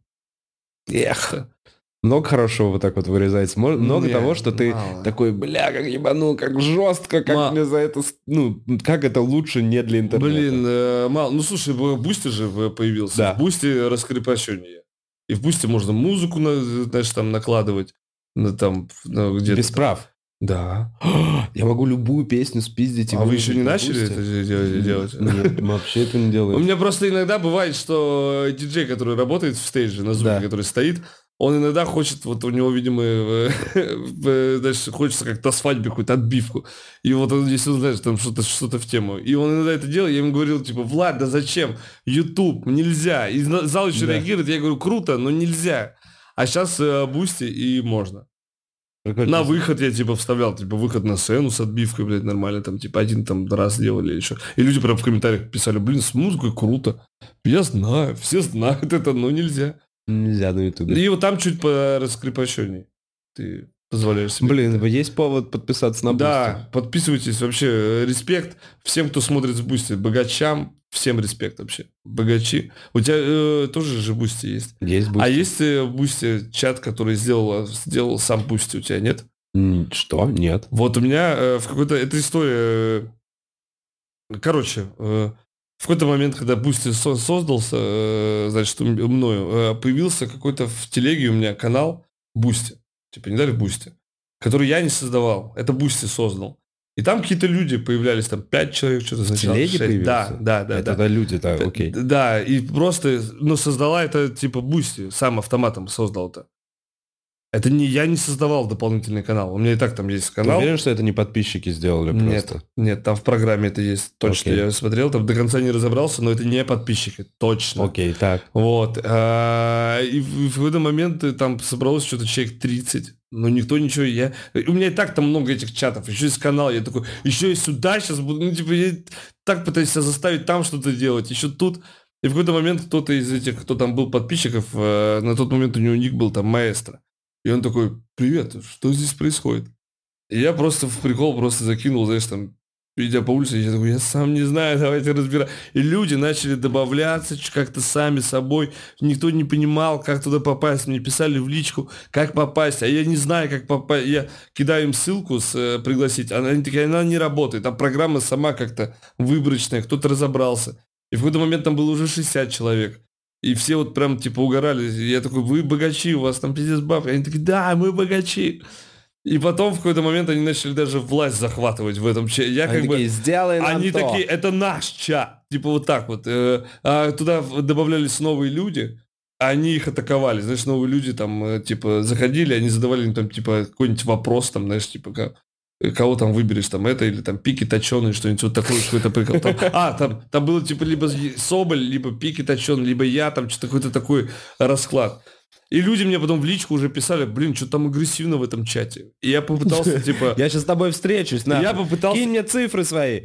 Эх. Много хорошего вот так вот вырезается. Мо- Много Не, того, что ты мало. такой, бля, как ебанул, как жестко, как Ма- мне за это... с- Ну, как это лучше не для интернета. Блин, э, мало. Ну слушай, в Бусти же в- появился. Да. В Бусти раскрепощение. И в Бусти можно музыку, на- знаешь, там накладывать. На, там, на, где-то Без там. прав. Да. Я могу любую песню спиздить. и А вы выложить еще не на начали Boosty. это же делать? делать? Нет, мы вообще это не У делаем. меня просто иногда бывает, что диджей, который работает в стейдже, на звуке, Да. который стоит, он иногда хочет, вот у него, видимо, э, э, знаешь, хочется как-то свадьбе какую-то отбивку. И вот он, если он знает, там что-то что-то в тему. И он иногда это делает, я ему говорил, типа, Влад, да зачем? YouTube, нельзя. И на- зал еще Да. реагирует, я говорю, круто, но нельзя. А сейчас Бусти и можно. Прикольно. На выход я, типа, вставлял, типа, выход на сцену с отбивкой, блядь, нормально, там, типа, один там раз делали еще. И люди прям в комментариях писали, блин, с музыкой круто. Я знаю, все знают это, но нельзя. Нельзя на ютубе. И вот там чуть по раскрепощенней ты позволяешь себе. Блин, есть повод подписаться на Да, подписывайтесь, вообще, э, респект всем, кто смотрит с Бусти, богачам, всем респект вообще, богачи. У тебя э, тоже же Бусти есть. Boosty. Есть А Boosty. есть э, Бусти чат, который сделал, сделал сам Бусти, у тебя нет? М, Что? Нет. Вот у меня э, в какой-то... Это история... э, Короче, э, в какой-то момент, когда Бусти со- создался, э, значит, у м- мною, э, появился какой-то в телеге у меня канал Бусти. Типа, не дали Бусти. Который я не создавал. Это Бусти создал. И там какие-то люди появлялись, там пять человек, что-то сначала. телеге шесть. появился? Да, да, да. Это да. да, люди, да, окей. Да, и просто, ну, создала это, типа, Бусти. Сам автоматом создал это. Это не я не создавал дополнительный канал. У меня и так там есть Ты канал. уверен, что это не подписчики сделали Нет, просто? нет, там в программе это есть точно. Окей. Я смотрел, там до конца не разобрался, но это не подписчики, точно. Окей, так. Вот. а, И в в какой-то момент э, там собралось что-то человек тридцать. Но никто ничего... Я... У меня и так там много этих чатов. Еще есть канал. Я такой, еще и сюда сейчас буду... Ну, типа, я так пытаюсь себя заставить там что-то делать. Еще тут... И в какой-то момент кто-то из этих, кто там был подписчиков, э, на тот момент у него ник был там маэстро. И он такой, привет, что здесь происходит? И я просто в прикол просто закинул, знаешь, там, идя по улице, я такой, я сам не знаю, давайте разбирать. И люди начали добавляться ч- как-то сами собой. Никто не понимал, как туда попасть. Мне писали в личку, как попасть. А я не знаю, как попасть. Я кидаю им ссылку с, э, пригласить. Она, они такие, она не работает. А программа сама как-то выборочная. Кто-то разобрался. И в какой-то момент там было уже шестьдесят человек. И все вот прям типа угорали. И я такой, вы богачи, у вас там пиздец баб. И они такие, да, мы богачи. И потом в какой-то момент они начали даже власть захватывать в этом чате. Я Они как бы... такие, сделай нам Они то. такие, это наш чат. Типа вот так вот. Э, а туда добавлялись новые люди, а они их атаковали. Знаешь, новые люди там, э, типа, заходили, они задавали им там, типа, какой-нибудь вопрос, там, знаешь, типа, как, кого там выберешь, там, это, или там пики точеные, что-нибудь вот такое, какой-то прикол. Там, а, там, там было, типа, либо Соболь, либо пики точеные, либо я, там, что-то какой-то такой расклад. И люди мне потом в личку уже писали, блин, что там агрессивно в этом чате. И я попытался, типа... Я сейчас с тобой встречусь, нахуй. Я попытался... Кинь мне цифры свои.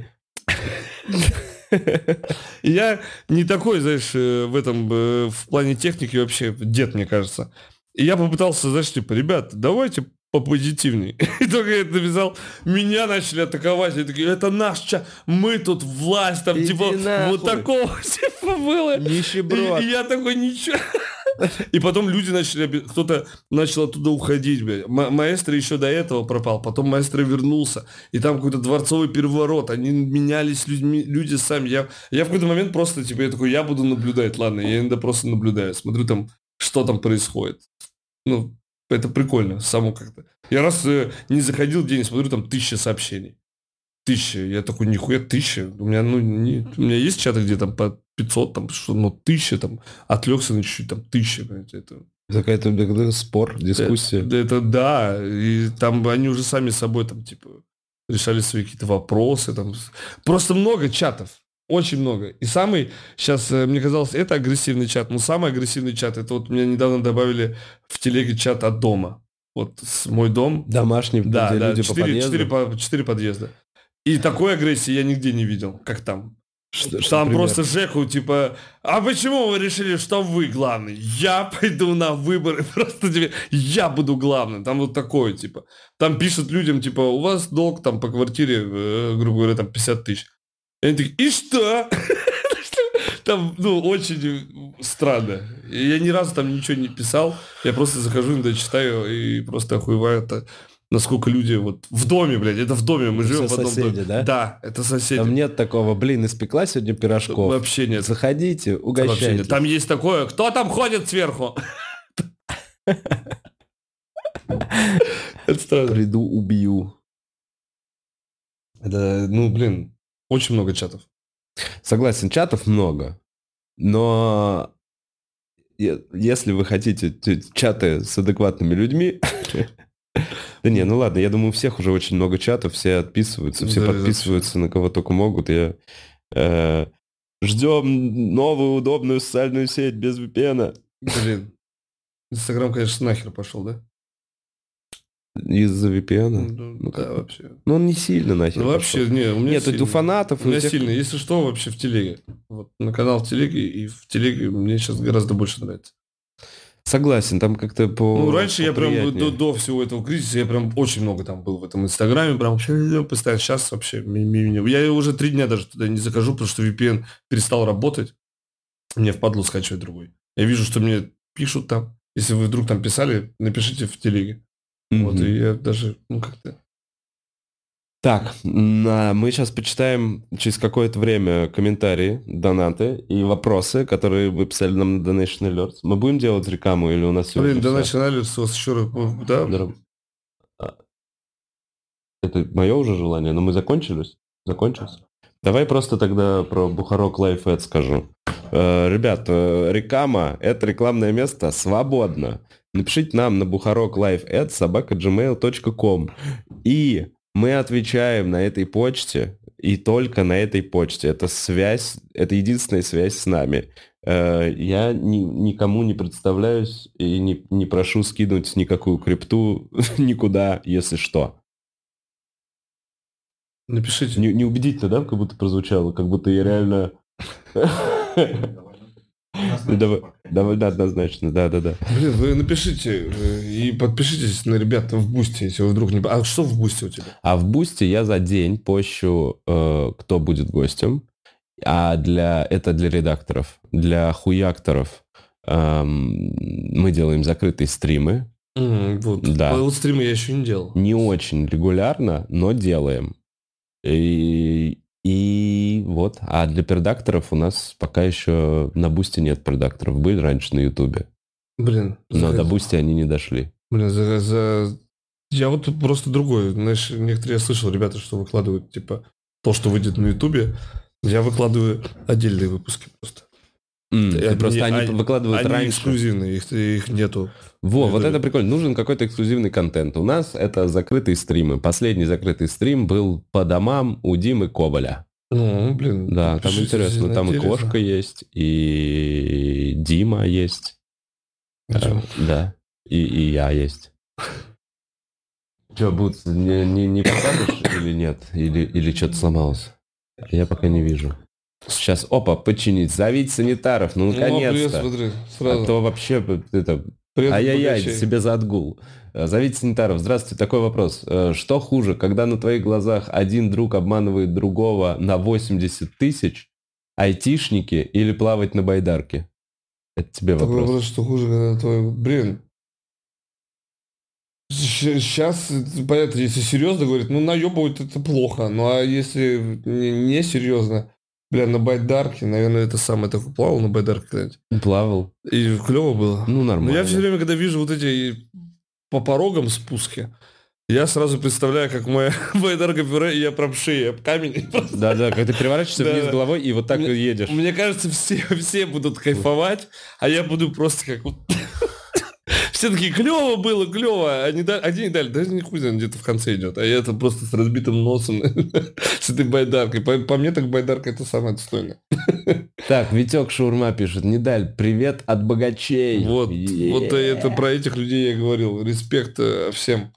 Я не такой, знаешь, в этом, в плане техники вообще дед, мне кажется. И я попытался, знаешь, типа, ребят, давайте попозитивней. И только я это написал, меня начали атаковать. И такие, это наш чат, мы тут власть, там, Иди типа, нахуй. вот такого, типа, было. Нищеброд. И, и я такой, ничего. И потом люди начали, кто-то начал оттуда уходить, блядь. Ма- маэстро еще до этого пропал, потом маэстро вернулся, и там какой-то дворцовый переворот, они менялись людьми, люди сами. Я, я в какой-то момент просто, типа, я такой, я буду наблюдать, ладно, я иногда просто наблюдаю, смотрю там, что там происходит. Ну, это прикольно, само как-то. Я раз э, не заходил день, смотрю, там тысяча сообщений. Тысяча. Я такой, нихуя, тысяча. У меня, ну, не, у меня есть чаты, где там по пятьсот, там, что, ну, тысяча, там, отвлекся на чуть-чуть, там, тысяча, понимаете, это... Какая-то какой-то спор, дискуссия. Это, это да, и там они уже сами собой, там, типа, решали свои какие-то вопросы, там. Просто много чатов, очень много. И самый, сейчас, мне казалось, это агрессивный чат, но самый агрессивный чат, это вот меня недавно добавили в телеге чат от дома. Вот с мой дом. Домашний, Да, где да, люди четыре, по подъезду. четыре, по- четыре подъезда. И такой агрессии я нигде не видел, как там. Что- что, Там например? просто Жеку, типа, а почему вы решили, что вы главный? Я пойду на выборы, просто тебе, я буду главным. Там вот такое, типа. Там пишут людям, типа, у вас долг там по квартире, э, грубо говоря, там пятьдесят тысяч. И они такие, и что? Там, ну, очень странно. И я ни разу там ничего не писал. Я просто захожу, иногда читаю и просто охуеваю, это, насколько люди вот в доме, блядь, это в доме, мы Это живем все в одном соседи, доме. да? Да, это соседи. Там нет такого, блин, испекла сегодня пирожков. Вообще нет. Заходите, Вообще угощайтесь. нет. Там есть такое, кто там ходит сверху? Это странно. Приду, убью. Это, ну, блин, очень много чатов. Согласен, чатов много. Но е- если вы хотите т- чаты с адекватными людьми... Да не, ну ладно, я думаю, у всех уже очень много чатов, все отписываются, все Да, подписываются на кого только могут. Я, э, ждем новую удобную социальную сеть без ви пи эн. Блин. Инстаграм, конечно, нахер пошел, да? Из-за ви пи эн? Ну, Ну, да, как? вообще. Ну, он не сильно нахер Ну, вообще, пошел. не, у меня Нет, это сильно. у фанатов. У и у меня тех, сильно. Если что, вообще в телеге. Вот, на канал в телеге, и в телеге мне сейчас гораздо больше нравится. Согласен, там как-то по Ну, раньше я прям поприятнее. до, до всего этого кризиса, я прям очень много там был в этом Инстаграме, прям вообще постоянно. Сейчас вообще ми- ми- ми- я уже три дня даже туда не захожу, потому что ви пи эн перестал работать. Мне впадло скачивать другой. Я вижу, что мне пишут там. Если вы вдруг там писали, напишите в телеге. Мгм. Вот, и я даже, ну, как-то... Так, на- мы сейчас почитаем через какое-то время комментарии, донаты и вопросы, которые вы писали нам на Donation Alerts. Мы будем делать рекламу или у нас все? Блин, да начинали с вас еще раз, да? А, Это мое уже желание, но мы закончились? Закончился? Давай просто тогда про Бухарок Life Ad скажу. Э, Ребят, э, реклама – это рекламное место свободно. Напишите нам на бухарок лайф эд собака джимейл точка ком. И мы отвечаем на этой почте, и только на этой почте. Это связь, это единственная связь с нами. Э, Я ни- никому не представляюсь и не, не прошу скинуть никакую крипту никуда, если что. Напишите. Не, неубедительно, да, как будто прозвучало? Как будто я реально... Давай- Довольно однозначно, да-да-да. Блин, вы напишите э, и подпишитесь на ребят в Бусти, если вы вдруг не... А что в Бусти у тебя? А в Бусте я за день пощу, э, кто будет гостем. А для это для редакторов. Для хуякторов эм, мы делаем закрытые стримы. М, вот. Да. А вот стримы я еще не делал. Не очень регулярно, но делаем. И, и вот. А для предакторов у нас пока еще на Бусте нет предакторов. Были раньше на Ютубе. Блин. Но за- до Бусти они не дошли. Блин, за, за- я вот просто другой. Знаешь, некоторые я слышал, ребята, что выкладывают, типа, то, что выйдет на Ютубе, Я выкладываю отдельные выпуски просто. Mm, они, просто они, они выкладывают они раньше. Эксклюзивные, их, их нету. Во, вот это прикольно. Нужен какой-то эксклюзивный контент. У нас это закрытые стримы. Последний закрытый стрим был по домам у Димы Коболя. Ну, блин. Да, там интересно. Там и кошка есть, и Дима есть. А, да. И, и я есть. Что, Бутс, не, не, не покажешь или нет? Или, или что-то сломалось? Я пока не вижу. Сейчас, опа, починить. Зовите санитаров, ну, наконец-то. Ну, привет, смотри, сразу. А то вообще, это... Ай-яй-яй, себе за отгул. Зовите санитаров. Здравствуйте, такой вопрос. Что хуже, когда на твоих глазах один друг обманывает другого на восемьдесят тысяч, айтишники или плавать на байдарке? Это тебе вопрос. Такой вопрос, что хуже, когда твой... Блин. Сейчас, понятно, если серьезно говорить, ну, наебывать это плохо. Ну, а если не серьезно... Бля, на байдарке, наверное, это самое такое. Плавал на байдарке когда-нибудь? Плавал. И клево было? Ну, нормально. Но я все время, когда вижу вот эти по порогам спуски, я сразу представляю, как моя байдарка пюре, и я прям шею об камень. Да-да, когда ты переворачиваешься вниз головой, и вот так и едешь. Мне кажется, все, все будут кайфовать, а я буду просто как вот... Все такие, клево было, клево. Они, да, они не дали, даже не хуй, где-то в конце идет. А я это просто с разбитым носом, с этой байдаркой. По, по мне, так байдарка это самое достойное. Так, Витек Шаурма пишет. Недаль, привет от богачей. Вот, yeah. вот это про этих людей я говорил. Респект всем.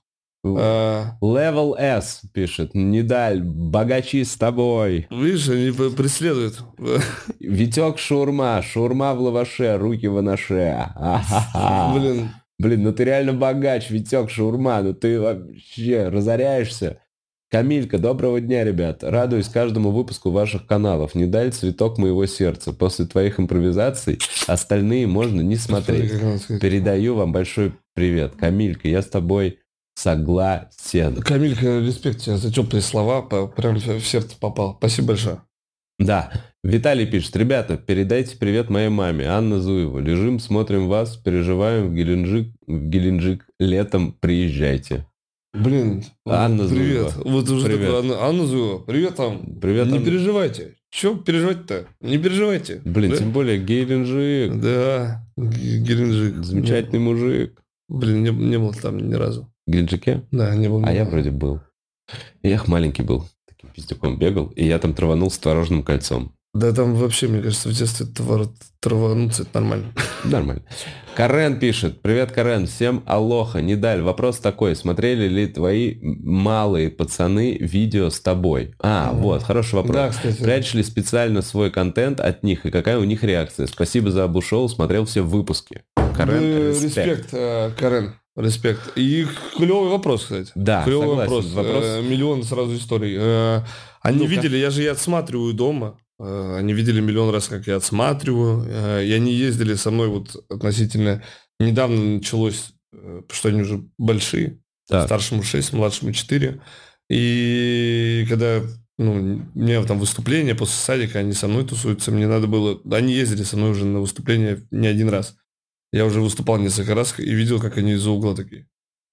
Level S пишет. Недаль, богачи с тобой. Видишь, они преследуют. Витек Шаурма, шаурма в лаваше, руки в анаше. Блин. Блин, ну ты реально богач, Витек Шаурма, ну ты вообще разоряешься. Камилька, доброго дня, ребят. Радуюсь каждому выпуску ваших каналов. Недаль, цветок моего сердца. После твоих импровизаций остальные можно не смотреть. Передаю вам большой привет. Камилька, я с тобой согласен. Камилька, респект тебе за теплые слова. Прям в сердце попал. Спасибо большое. Да. Виталий пишет. Ребята, передайте привет моей маме. Анна Зуева. Лежим, смотрим вас, переживаем в Геленджик. В Геленджик летом приезжайте. Блин, Анна привет. Зуева. Вот уже привет. такой, Анна, Анна Зуева, привет там. Привет, Не Анна. переживайте. Че переживать-то? Не переживайте. Блин, да? тем более Геленджик. Да, Геленджик. Замечательный не, мужик. Блин, не, не был там ни разу. В Геленджике? Да, не был. А ни я разу. вроде был. Я маленький был. Таким пиздюком бегал. И я там траванул с творожным кольцом. Да там вообще, мне кажется, в детстве твор... травануться это нормально. Нормально. Карен пишет. Привет, Карен. Всем алоха. Недаль. Вопрос такой. Смотрели ли твои малые пацаны видео с тобой? А, mm. вот. Хороший вопрос. Да, кстати. Прячешь ли специально свой контент от них? И какая у них реакция? Спасибо за обушоу. Смотрел все выпуски. Карен, респект. Респект, Карен. Респект. И клевый вопрос, кстати. Да, клевый согласен. вопрос. вопрос. Э, миллион сразу историй. Э, они ну-ка. видели, я же и отсматриваю дома. Э, они видели миллион раз, как я отсматриваю. Э, и они ездили со мной вот относительно... Недавно началось, потому что они уже большие. Так. Старшему шесть, младшему четыре. И когда ну, у меня там выступление после садика, они со мной тусуются. Мне надо было... Они ездили со мной уже на выступление не один раз. Я уже выступал несколько раз и видел, как они из-за угла такие.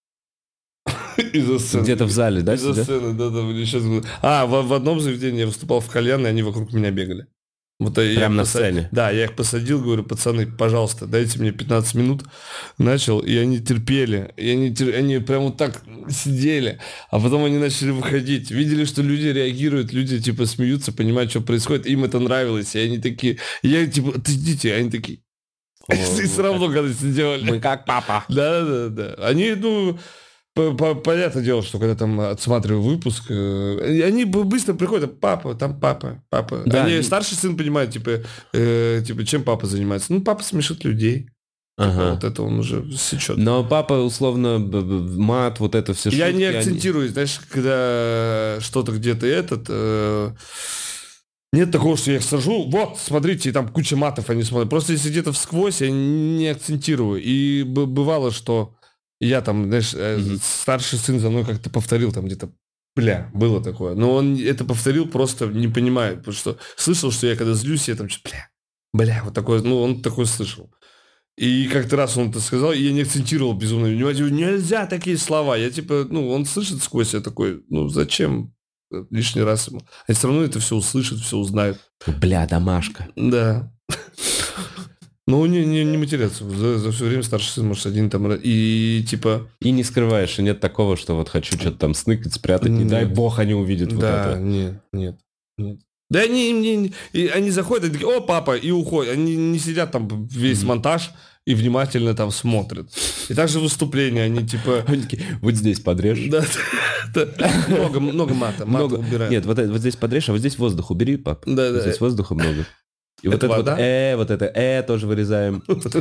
Из-за сцены. Где-то в зале, да? Из-за сцены, да, да. Сейчас... А, в, в одном заведении я выступал в кальян, и они вокруг меня бегали. Вот прямо на посад... сцене? Да, я их посадил, говорю, пацаны, пожалуйста, дайте мне пятнадцать минут. Начал, и они терпели. И они, тер... они прям вот так сидели. А потом они начали выходить. Видели, что люди реагируют, люди типа смеются, понимают, что происходит. Им это нравилось. И они такие... И я типа, отойдите. И они такие... И все равно, когда сделали. Мы как папа. Да, да, да. Они, ну, понятное дело, что когда там отсматриваю выпуск, они быстро приходят, папа, там папа, папа. Да, они, они... Старший сын понимает, типа, э, типа, чем папа занимается. Ну, папа смешит людей. Ага. Вот это он уже сечет. Но папа, условно, мат, вот это все шутки. Я не акцентирую, они... знаешь, когда что-то где-то этот... Э, Нет такого, что я их сажу, вот, смотрите, там куча матов они смотрят. Просто если где-то всквозь, я не акцентирую. И бывало, что я там, знаешь, mm-hmm. старший сын за мной как-то повторил там где-то, бля, было такое. Но он это повторил просто не понимая, потому что слышал, что я когда злюсь, я там что-то, бля, бля, вот такое, ну, он такое слышал. И как-то раз он это сказал, и я не акцентировал безумно внимание. Нельзя такие слова. Я типа, ну, он слышит сквозь, я такой, ну, зачем? лишний раз ему. Они все равно это все услышат, все узнают. Бля, домашка. Да. Ну, не, не, не матерятся. За, за все время старший сын, может, один там... И типа... И не скрываешь, и нет такого, что вот хочу что-то там сныкать, спрятать, не Нет. дай бог они увидят вот Да, это. нет, нет, нет. Да они, они, и они заходят, и такие, о, папа, и уходят. Они не сидят там весь mm-hmm. монтаж и внимательно там смотрят. И также выступления, они типа... Они такие, вот здесь подрежь. Да, много, много мата, мата убирают. Нет, вот здесь подрежь, а вот здесь воздух убери, пап. Да, да. Здесь воздуха много. И это вот это вот э, вот это э тоже вырезаем.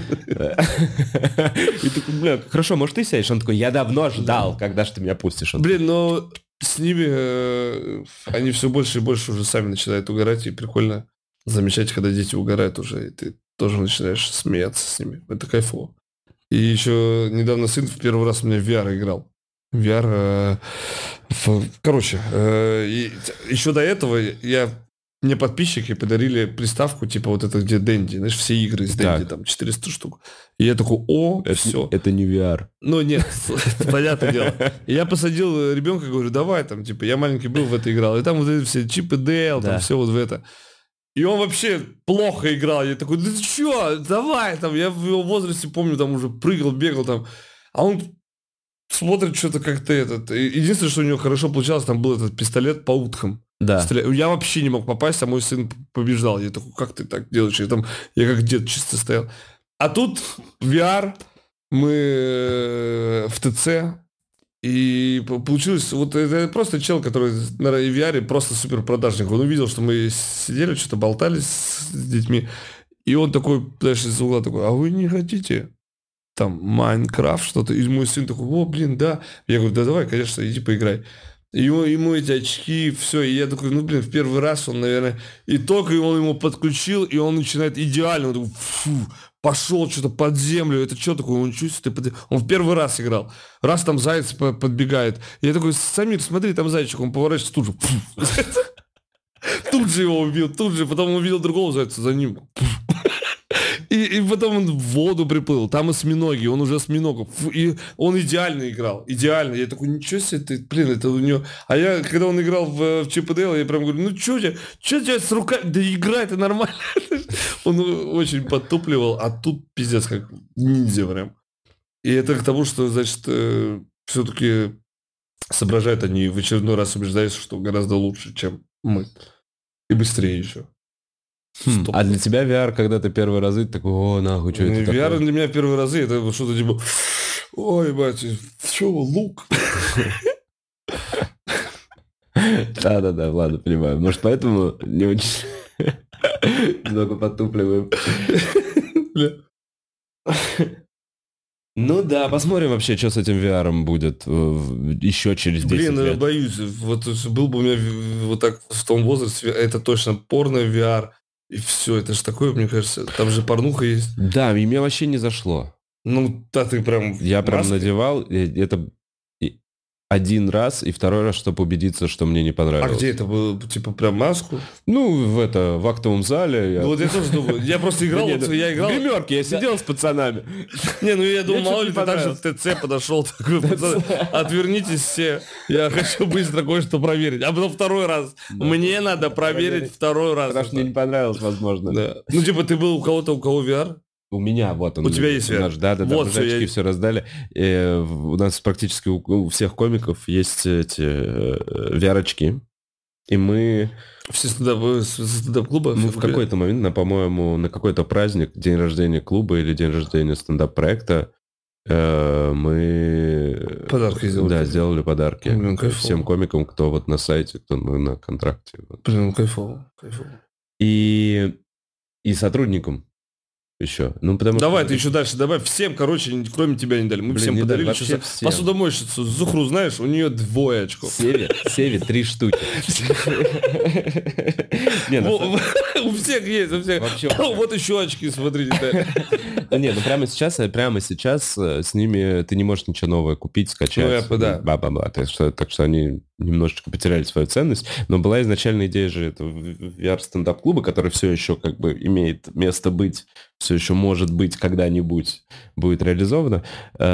И такой, бля, хорошо, может ты сядешь? Он такой, я давно ждал, когда же ты меня пустишь. Блин, но с ними э, они все больше и больше уже сами начинают угорать, и прикольно замечать, когда дети угорают уже, и ты тоже начинаешь смеяться с ними. Это кайфово. И еще недавно сын в первый раз у меня в ви ар играл. ви ар... Э, в, короче, э, и, еще до этого я... Мне подписчики подарили приставку, типа вот это, где Денди, знаешь, все игры из Денди, там четыреста штук. И я такой, о, это, все. Это не ви ар. Ну нет, понятное дело. И я посадил ребенка, говорю, давай там, типа, я маленький был, в это играл. И там вот эти все Чип и Дейл, там все вот в это. И он вообще плохо играл. Я такой, да ты что, давай там. Я в его возрасте, помню, там уже прыгал, бегал там. А он смотрит что-то как-то этот. Единственное, что у него хорошо получалось, там был этот пистолет по уткам. Да. Я вообще не мог попасть, а мой сын побеждал. Я такой, как ты так делаешь? Я, там, я как дед чисто стоял. А тут ви ар, мы в ТЦ, и получилось, вот это просто чел, который на ви ар просто супер продажник. Он увидел, что мы сидели, что-то болтали с детьми, и он такой, знаешь, из угла такой, а вы не хотите там Майнкрафт что-то? И мой сын такой, о, блин, да. Я говорю, да давай, конечно, иди поиграй. Ему, ему эти очки, все, и я такой, ну, блин, в первый раз он, наверное, и только он ему подключил, и он начинает идеально, он такой, фу, пошел что-то под землю, это что такое, он чувствует, под... он в первый раз играл, раз там заяц подбегает, я такой, Самир, смотри, там зайчик, он поворачивается, тут же, тут же его убил, тут же, потом увидел другого зайца за ним, И, и потом он в воду приплыл, там осьминоги, он уже осьминогов, и он идеально играл, идеально. Я такой, ничего себе, ты, блин, это у него... А я, когда он играл в, в Чип и Дейл, я прям говорю, ну что у тебя, что у тебя с руками, да играй, ты нормально. Он очень подтупливал, а тут пиздец, как ниндзя прям. И это к тому, что, значит, все-таки соображают они, в очередной раз убеждаются, что гораздо лучше, чем мы. И быстрее еще. Хм, а для тебя ви ар, когда ты первые разы, ты такой, о, нахуй, что это ви ар такое? Для меня первые разы, это что-то типа, ой, бать, что, лук? Да-да-да, ладно, понимаю. Может, поэтому не очень много подтупливаем. Ну да, посмотрим вообще, что с этим ви ар будет еще через десять Блин, лет. Блин, боюсь, вот был бы у меня вот так в том возрасте, это точно порно ви ар, и все, это же такое, мне кажется, там же порнуха есть. Да, и мне вообще не зашло. Ну, да, ты прям... Я прям маской? надевал, это один раз, и второй раз, чтобы убедиться, что мне не понравилось. А где это было? Типа прям маску? Ну, в это, в актовом зале. Я... Ну, вот я тоже думаю, я просто играл, да вот, нет, я играл... В гримерке, я сидел с пацанами. Не, ну я думал, мало ли ты так же в ТЦ подошел, такой, пацаны, отвернитесь все, я хочу быстро кое-что проверить. А потом второй раз, мне надо проверить второй раз. Потому что мне не понравилось, возможно. Ну, типа, ты был у кого-то, у кого ви ар? У меня, вот он. У тебя есть ви ар? Да, да, да, вот мы очки я... все раздали. И у нас практически у, у всех комиков есть эти э, ви ар-очки. И мы... Все стендап-клуба? Мы в какой-то момент, на, по-моему, на какой-то праздник, день рождения клуба или день рождения стендап-проекта, э, мы... Подарки сделали? Да, сделали подарки. Блин, всем комикам, кто вот на сайте, кто мы на контракте. Блин, кайфово, кайфово. И, и сотрудникам. Еще. Ну, потому давай, что... ты еще дальше добавь. Всем, короче, кроме тебя не дали. Мы Блин, всем подарили. Дали, всем. Посудомойщицу Зухру, знаешь, у нее двое очков. Севе, Севе три штуки. У всех есть, у всех. Вот еще очки, смотрите. Не, ну прямо сейчас, прямо сейчас с ними ты не можешь ничего новое купить, скачать. Ну, да. Ба-ба-ба. Так что они немножечко потеряли свою ценность. Но была изначальная идея же этого ви ар-стендап-клуба, который все еще как бы имеет место быть, все еще может быть когда-нибудь будет реализовано.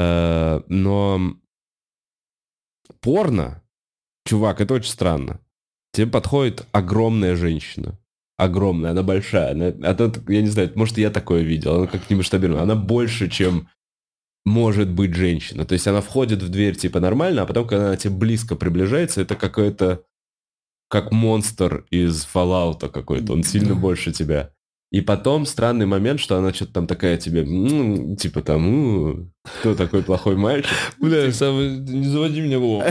Но порно, чувак, это очень странно. тебе подходит огромная женщина. Огромная, она большая. Она, она, я не знаю, может, я такое видел. Она как-нибудь масштабируемая. Она больше, чем может быть женщина. То есть она входит в дверь типа нормально, а потом, когда она тебе близко приближается, это какой-то как монстр из Fallout какой-то. Он сильно больше тебя. И потом странный момент, что она что-то там такая тебе, ну, типа там, ну, кто такой плохой мальчик? Бля, сам, не заводи меня, Вова.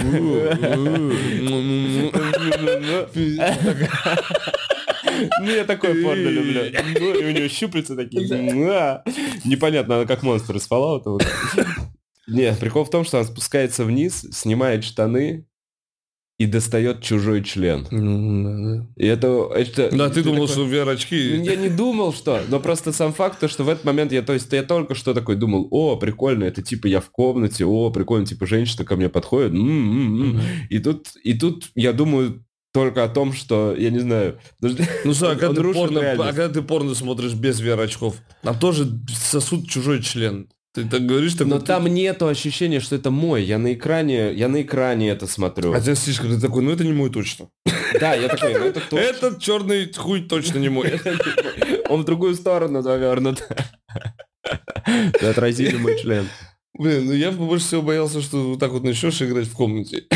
Ну, я такой порно люблю. Ну, и у него щупальца такие. Непонятно, она как монстр из Fallout. Нет, прикол в том, что она спускается вниз, снимает штаны и достает чужой член. И это... это да, ты, ты думал, такой... что ви ар-очки... Я не думал, что... Но просто сам факт, то, что в этот момент я... То есть я только что такой думал, о, прикольно, это типа я в комнате, о, прикольно, типа женщина ко мне подходит. М-м-м. И, тут, и тут я думаю только о том, что, я не знаю... Ну, что, а когда, ты порно, а когда ты порно смотришь без ви ар-очков, там тоже сосут чужой член. Ты так говоришь, так но вот там ты... нету ощущения, что это мой. Я на экране, я на экране это смотрю. А ты слишком ты такой, ну это не мой точно. Да, я такой, ну это точно. Этот черный хуй точно не мой. Он в другую сторону завернут. Ты отразили мой член. Блин, ну я больше всего боялся, что вот так вот начнешь играть в комнате.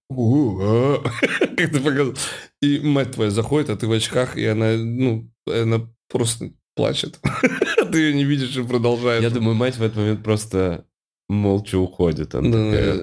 Как ты показал. И мать твоя заходит, а ты в очках, и она, ну, она просто плачет. Ты ее не видишь и продолжает. Я думаю, мать в этот момент просто молча уходит. Она такая...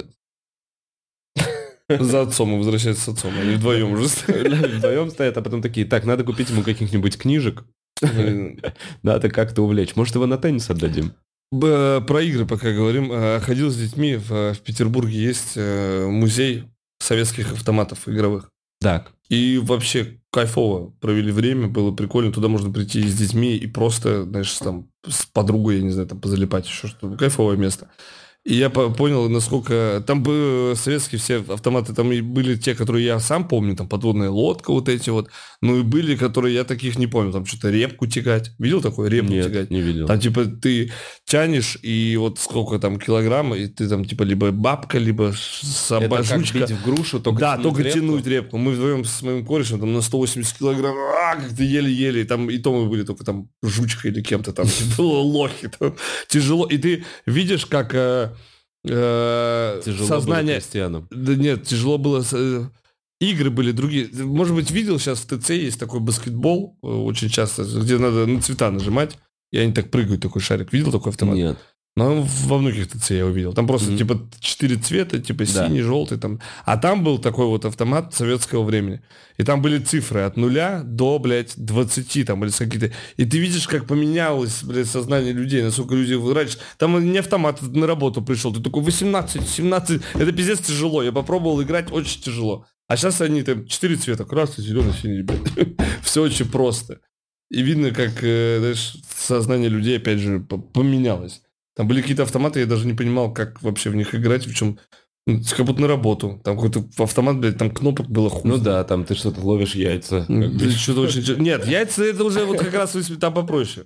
За отцом и возвращается с отцом. Они вдвоем уже стоят. Вдвоем стоят, а потом такие, так, надо купить ему каких-нибудь книжек. Надо как-то увлечь. Может, его на теннис отдадим? Про игры пока говорим. Ходил с детьми. В Петербурге есть музей советских автоматов игровых. Так. И вообще кайфово провели время, было прикольно. Туда можно прийти с детьми и просто, знаешь, там с подругой, я не знаю, там позалипать, еще что-то. Кайфовое место. И я понял, насколько... Там были советские все автоматы, там и были те, которые я сам помню, там подводная лодка вот эти вот, ну и были, которые я таких не помню, там что-то репку тягать. Видел такое? Репку Нет, тягать? не видел. Там типа ты тянешь, и вот сколько там килограмм, и ты там типа либо бабка, либо собачка. Это как бить в грушу, только да, тянуть только репку? тянуть репку. Мы вдвоем с моим корешем там на сто восемьдесят килограмм, а, как-то еле-еле, и, там, и то мы были только там жучкой или кем-то там, было лохи, там, тяжело. И ты видишь, как... Тяжело сознание... было крестьянам. Да нет, тяжело было... Игры были другие. Может быть, видел, сейчас в ТЦ есть такой баскетбол, очень часто, где надо на цвета нажимать, и они так прыгают, такой шарик. Видел такой автомат? Нет. Но во многих ТЦ я увидел. Там просто mm-hmm. типа четыре цвета, типа да. синий, желтый. Там. А там был такой вот автомат советского времени. И там были цифры от нуля до, блядь, двадцати там, или какие-то. И ты видишь, как поменялось, блядь, сознание людей, насколько люди раньше. Там не автомат, ты на работу пришел. Ты такой восемнадцать, семнадцать. Это пиздец тяжело. Я попробовал играть, очень тяжело. А сейчас они там четыре цвета. Красный, зеленый, синий, блядь. Все очень просто. И видно, как, знаешь, сознание людей, опять же, поменялось. Там были какие-то автоматы, я даже не понимал, как вообще в них играть, причем ну, как будто на работу. Там какой-то автомат, блядь, там кнопок было хуй. Ну да, там ты что-то ловишь яйца. Ты что-то очень... Нет, яйца это уже вот как раз там попроще.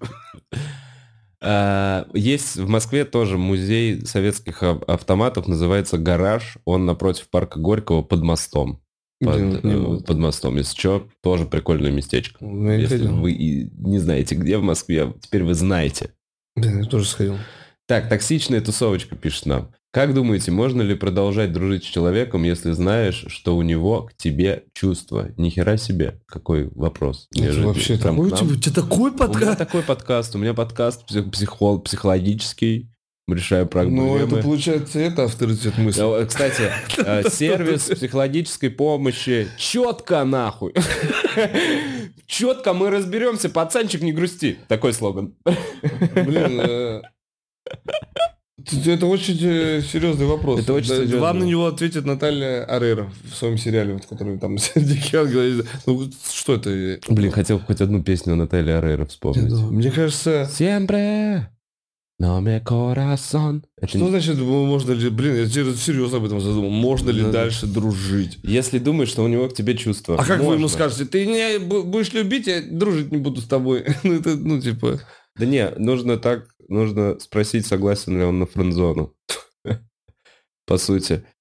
Есть в Москве тоже музей советских автоматов, называется «Гараж». Он напротив парка Горького под мостом. Под, не, под мостом, если что, тоже прикольное местечко. Ну, если ходил. Вы не знаете, где в Москве, теперь вы знаете. Да, я тоже сходил. Так, токсичная тусовочка пишет нам. Как думаете, можно ли продолжать дружить с человеком, если знаешь, что у него к тебе чувства? Ни хера себе. Какой вопрос. Это вообще такой, у тебя такой подкаст? У меня такой подкаст. У меня подкаст психо- психологический. Решаю проблемы. Ну, это получается, это авторитет мысли. Кстати, сервис психологической помощи. Четко нахуй. Четко мы разберемся. Пацанчик, не грусти. Такой слоган. Блин, это очень серьезный вопрос. Это очень серьезный. Вам на него ответит Наталья Орейро в своем сериале, в котором там Дикий Ангел. Ну, что это? Блин, хотел хоть одну песню Натальи Орейро вспомнить. Мне кажется... Siempre no me corazón. Что значит, можно ли... Блин, я серьезно об этом задумал. Можно ли ну, дальше дружить? Если думаешь, что у него к тебе чувства. А как можно. Вы ему скажете? Ты не будешь любить, я дружить не буду с тобой. Ну, это, ну, типа... Да не, нужно так... Нужно спросить, согласен ли он на френдзону. По сути.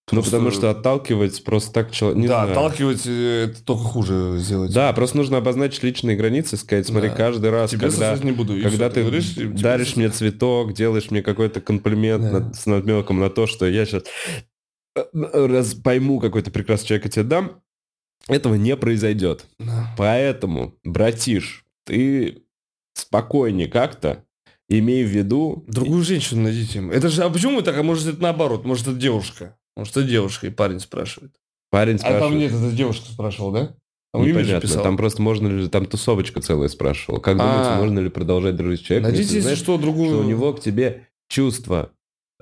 Ну, потому что отталкивать просто так человек... Да, знаю. Отталкивать это только хуже сделать. Да, просто нужно обозначить личные границы, сказать, смотри, да. каждый раз, тебе когда, не буду, когда все, ты, ты говоришь, даришь мне цветок, делаешь мне какой-то комплимент да. над, с намеком на то, что я сейчас раз пойму, какой ты прекрасный человек, я тебе дам, этого не произойдет. Да. Поэтому, братиш, ты спокойнее как-то, имей в виду... Другую женщину найдите. Это же, а почему вы так? А может, это наоборот? Может, это девушка? Может, это девушка, и парень спрашивает. Парень спрашивает. А там нет, это девушка спрашивала, да? Там непонятно. Там просто можно ли... Там тусовочка целая спрашивала. Как думаете, можно ли продолжать дружить с человеком? Найдите, если что, другую... Что у него к тебе чувства...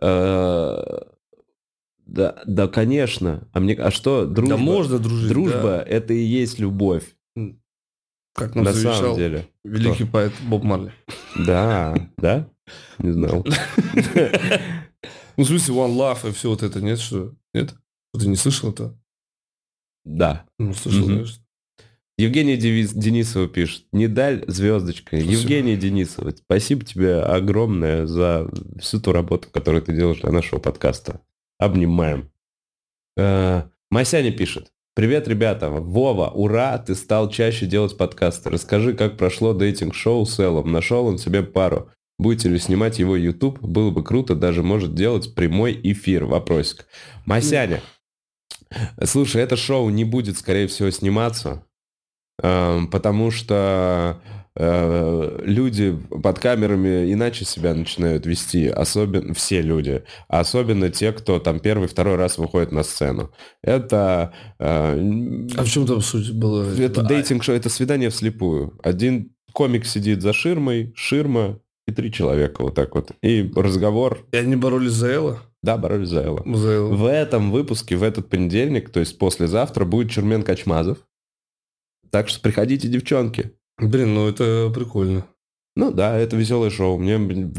Да, да, конечно. А, мне... а что? Дружба? Да можно дружить, Дружба да. это и есть любовь. Как нам на завещал самом деле. Великий Кто? поэт Боб Марли. Да, да? Не знал. Ну, в смысле, One Love и все вот это, нет? Что? Нет? Ты не слышал это? Да. Ну, слышал, угу. конечно. Евгения Денисова пишет. Недаль, звездочка. Спасибо. Евгения Денисова, спасибо тебе огромное за всю ту работу, которую ты делаешь для нашего подкаста. Обнимаем. Масяня пишет. Привет, ребята. Вова, ура, ты стал чаще делать подкасты. Расскажи, как прошло дейтинг-шоу с Эллом. Нашел он себе пару. Будете ли снимать его YouTube? Было бы круто, даже может делать прямой эфир. Вопросик. Масяня, слушай, это шоу не будет, скорее всего, сниматься, потому что люди под камерами иначе себя начинают вести, особенно все люди, особенно те, кто там первый, второй раз выходит на сцену. Это... А в чем там суть была? Это дейтинг-шоу, это свидание вслепую. Один комик сидит за ширмой, ширма и три человека вот так вот. И разговор... И они боролись за Элла? Да, боролись за Элла. За Элла. В этом выпуске, в этот понедельник, то есть послезавтра, будет Чурмен Качмазов. Так что приходите, девчонки. Блин, ну это прикольно. Ну да, это веселое шоу. Мне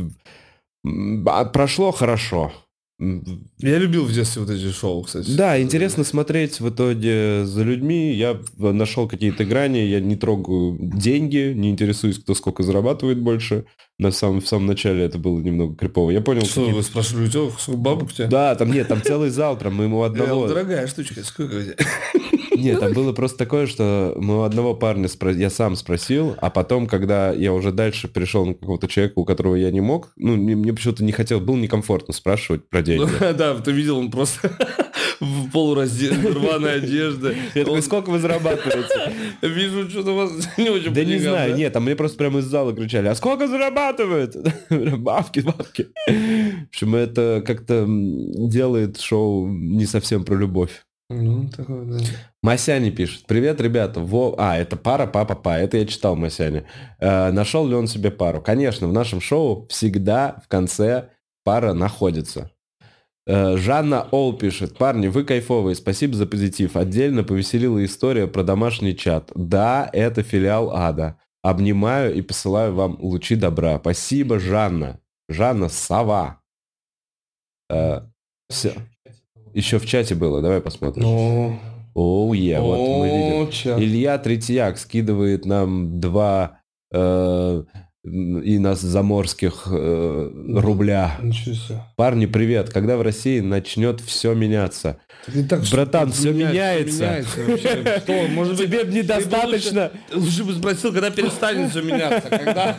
прошло хорошо. Я любил в детстве вот эти шоу, кстати. Да, интересно смотреть в итоге за людьми. Я нашел какие-то грани, я не трогаю деньги, не интересуюсь, кто сколько зарабатывает больше. На самом, в самом начале это было немного крипово. Я понял, что вы спрашивали, у тебя сколько бабок у тебя? Да, там нет, там целый зал, прям мы ему одного... Я, дорогая штучка, сколько у тебя? Нет, там было просто такое, что мы у одного парня, спро... я сам спросил, а потом, когда я уже дальше перешел на какого-то человека, у которого я не мог, ну, мне, мне почему-то не хотел, было некомфортно спрашивать про деньги. Ну, да, ты видел, он просто в полураздельной, рваной одежде. Я такой, сколько вы зарабатываете? Вижу, что-то у вас не очень Да не знаю, нет, там мне просто прямо из зала кричали, а сколько зарабатывают? Бабки, бабки. В общем, это как-то делает шоу не совсем про любовь. Ну, такое, да. Масяня пишет. Привет, ребята. Во... А, это пара папа-па. Это я читал Масяня. Э, нашел ли он себе пару? Конечно, в нашем шоу всегда в конце пара находится. Э, Жанна Ол пишет. Парни, вы кайфовые. Спасибо за позитив. Отдельно повеселила история про домашний чат. Да, это филиал ада. Обнимаю и посылаю вам лучи добра. Спасибо, Жанна. Жанна Сова. Э, все. Еще в чате было, давай посмотрим. Оу, oh, yeah, вот oh, мы видим. Чат. Илья Третьяк скидывает нам два э, и нас заморских э, рубля. Парни, привет. Когда в России начнет все меняться? Так, братан, все меняется. меняется что? Может быть, тебе недостаточно... Лучше бы спросил, когда перестанет все меняться. Когда...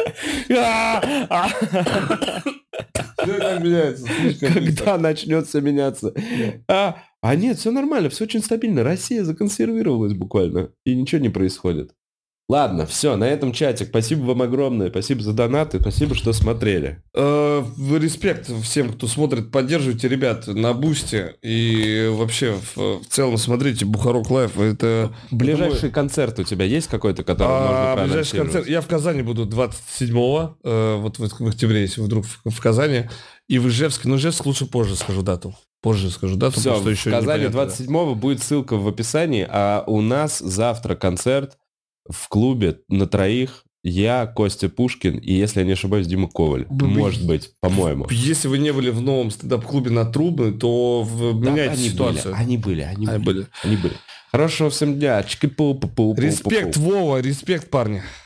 Когда начнется меняться. А, а нет, все нормально, все очень стабильно. Россия законсервировалась буквально, и ничего не происходит. Ладно, все, на этом чатик. Спасибо вам огромное, спасибо за донаты, спасибо, что смотрели. Э, респект всем, кто смотрит, поддерживайте ребят на Бусти и вообще в, в целом смотрите Бухарок Лайв. Это ближайший это... концерт у тебя есть какой-то, который а, можно проанонсировать? Ближайший концерт. Я в Казани буду двадцать седьмого, э, вот в, в октябре, если вдруг в, в Казани, и в Ижевске. Ну, Ижевск лучше позже скажу дату. Позже скажу дату, все, что еще в Казани двадцать седьмого будет ссылка в описании, а у нас завтра концерт в клубе на троих. Я, Костя Пушкин и, если я не ошибаюсь, Дима Коваль. Бы, Может быть, по-моему. Если вы не были в новом стендап-клубе на Трубы, то в... да, меняйте они ситуацию. Были, они были, они, они были. были. Они были. Хорошего всем дня. Респект, Вова, респект, парни.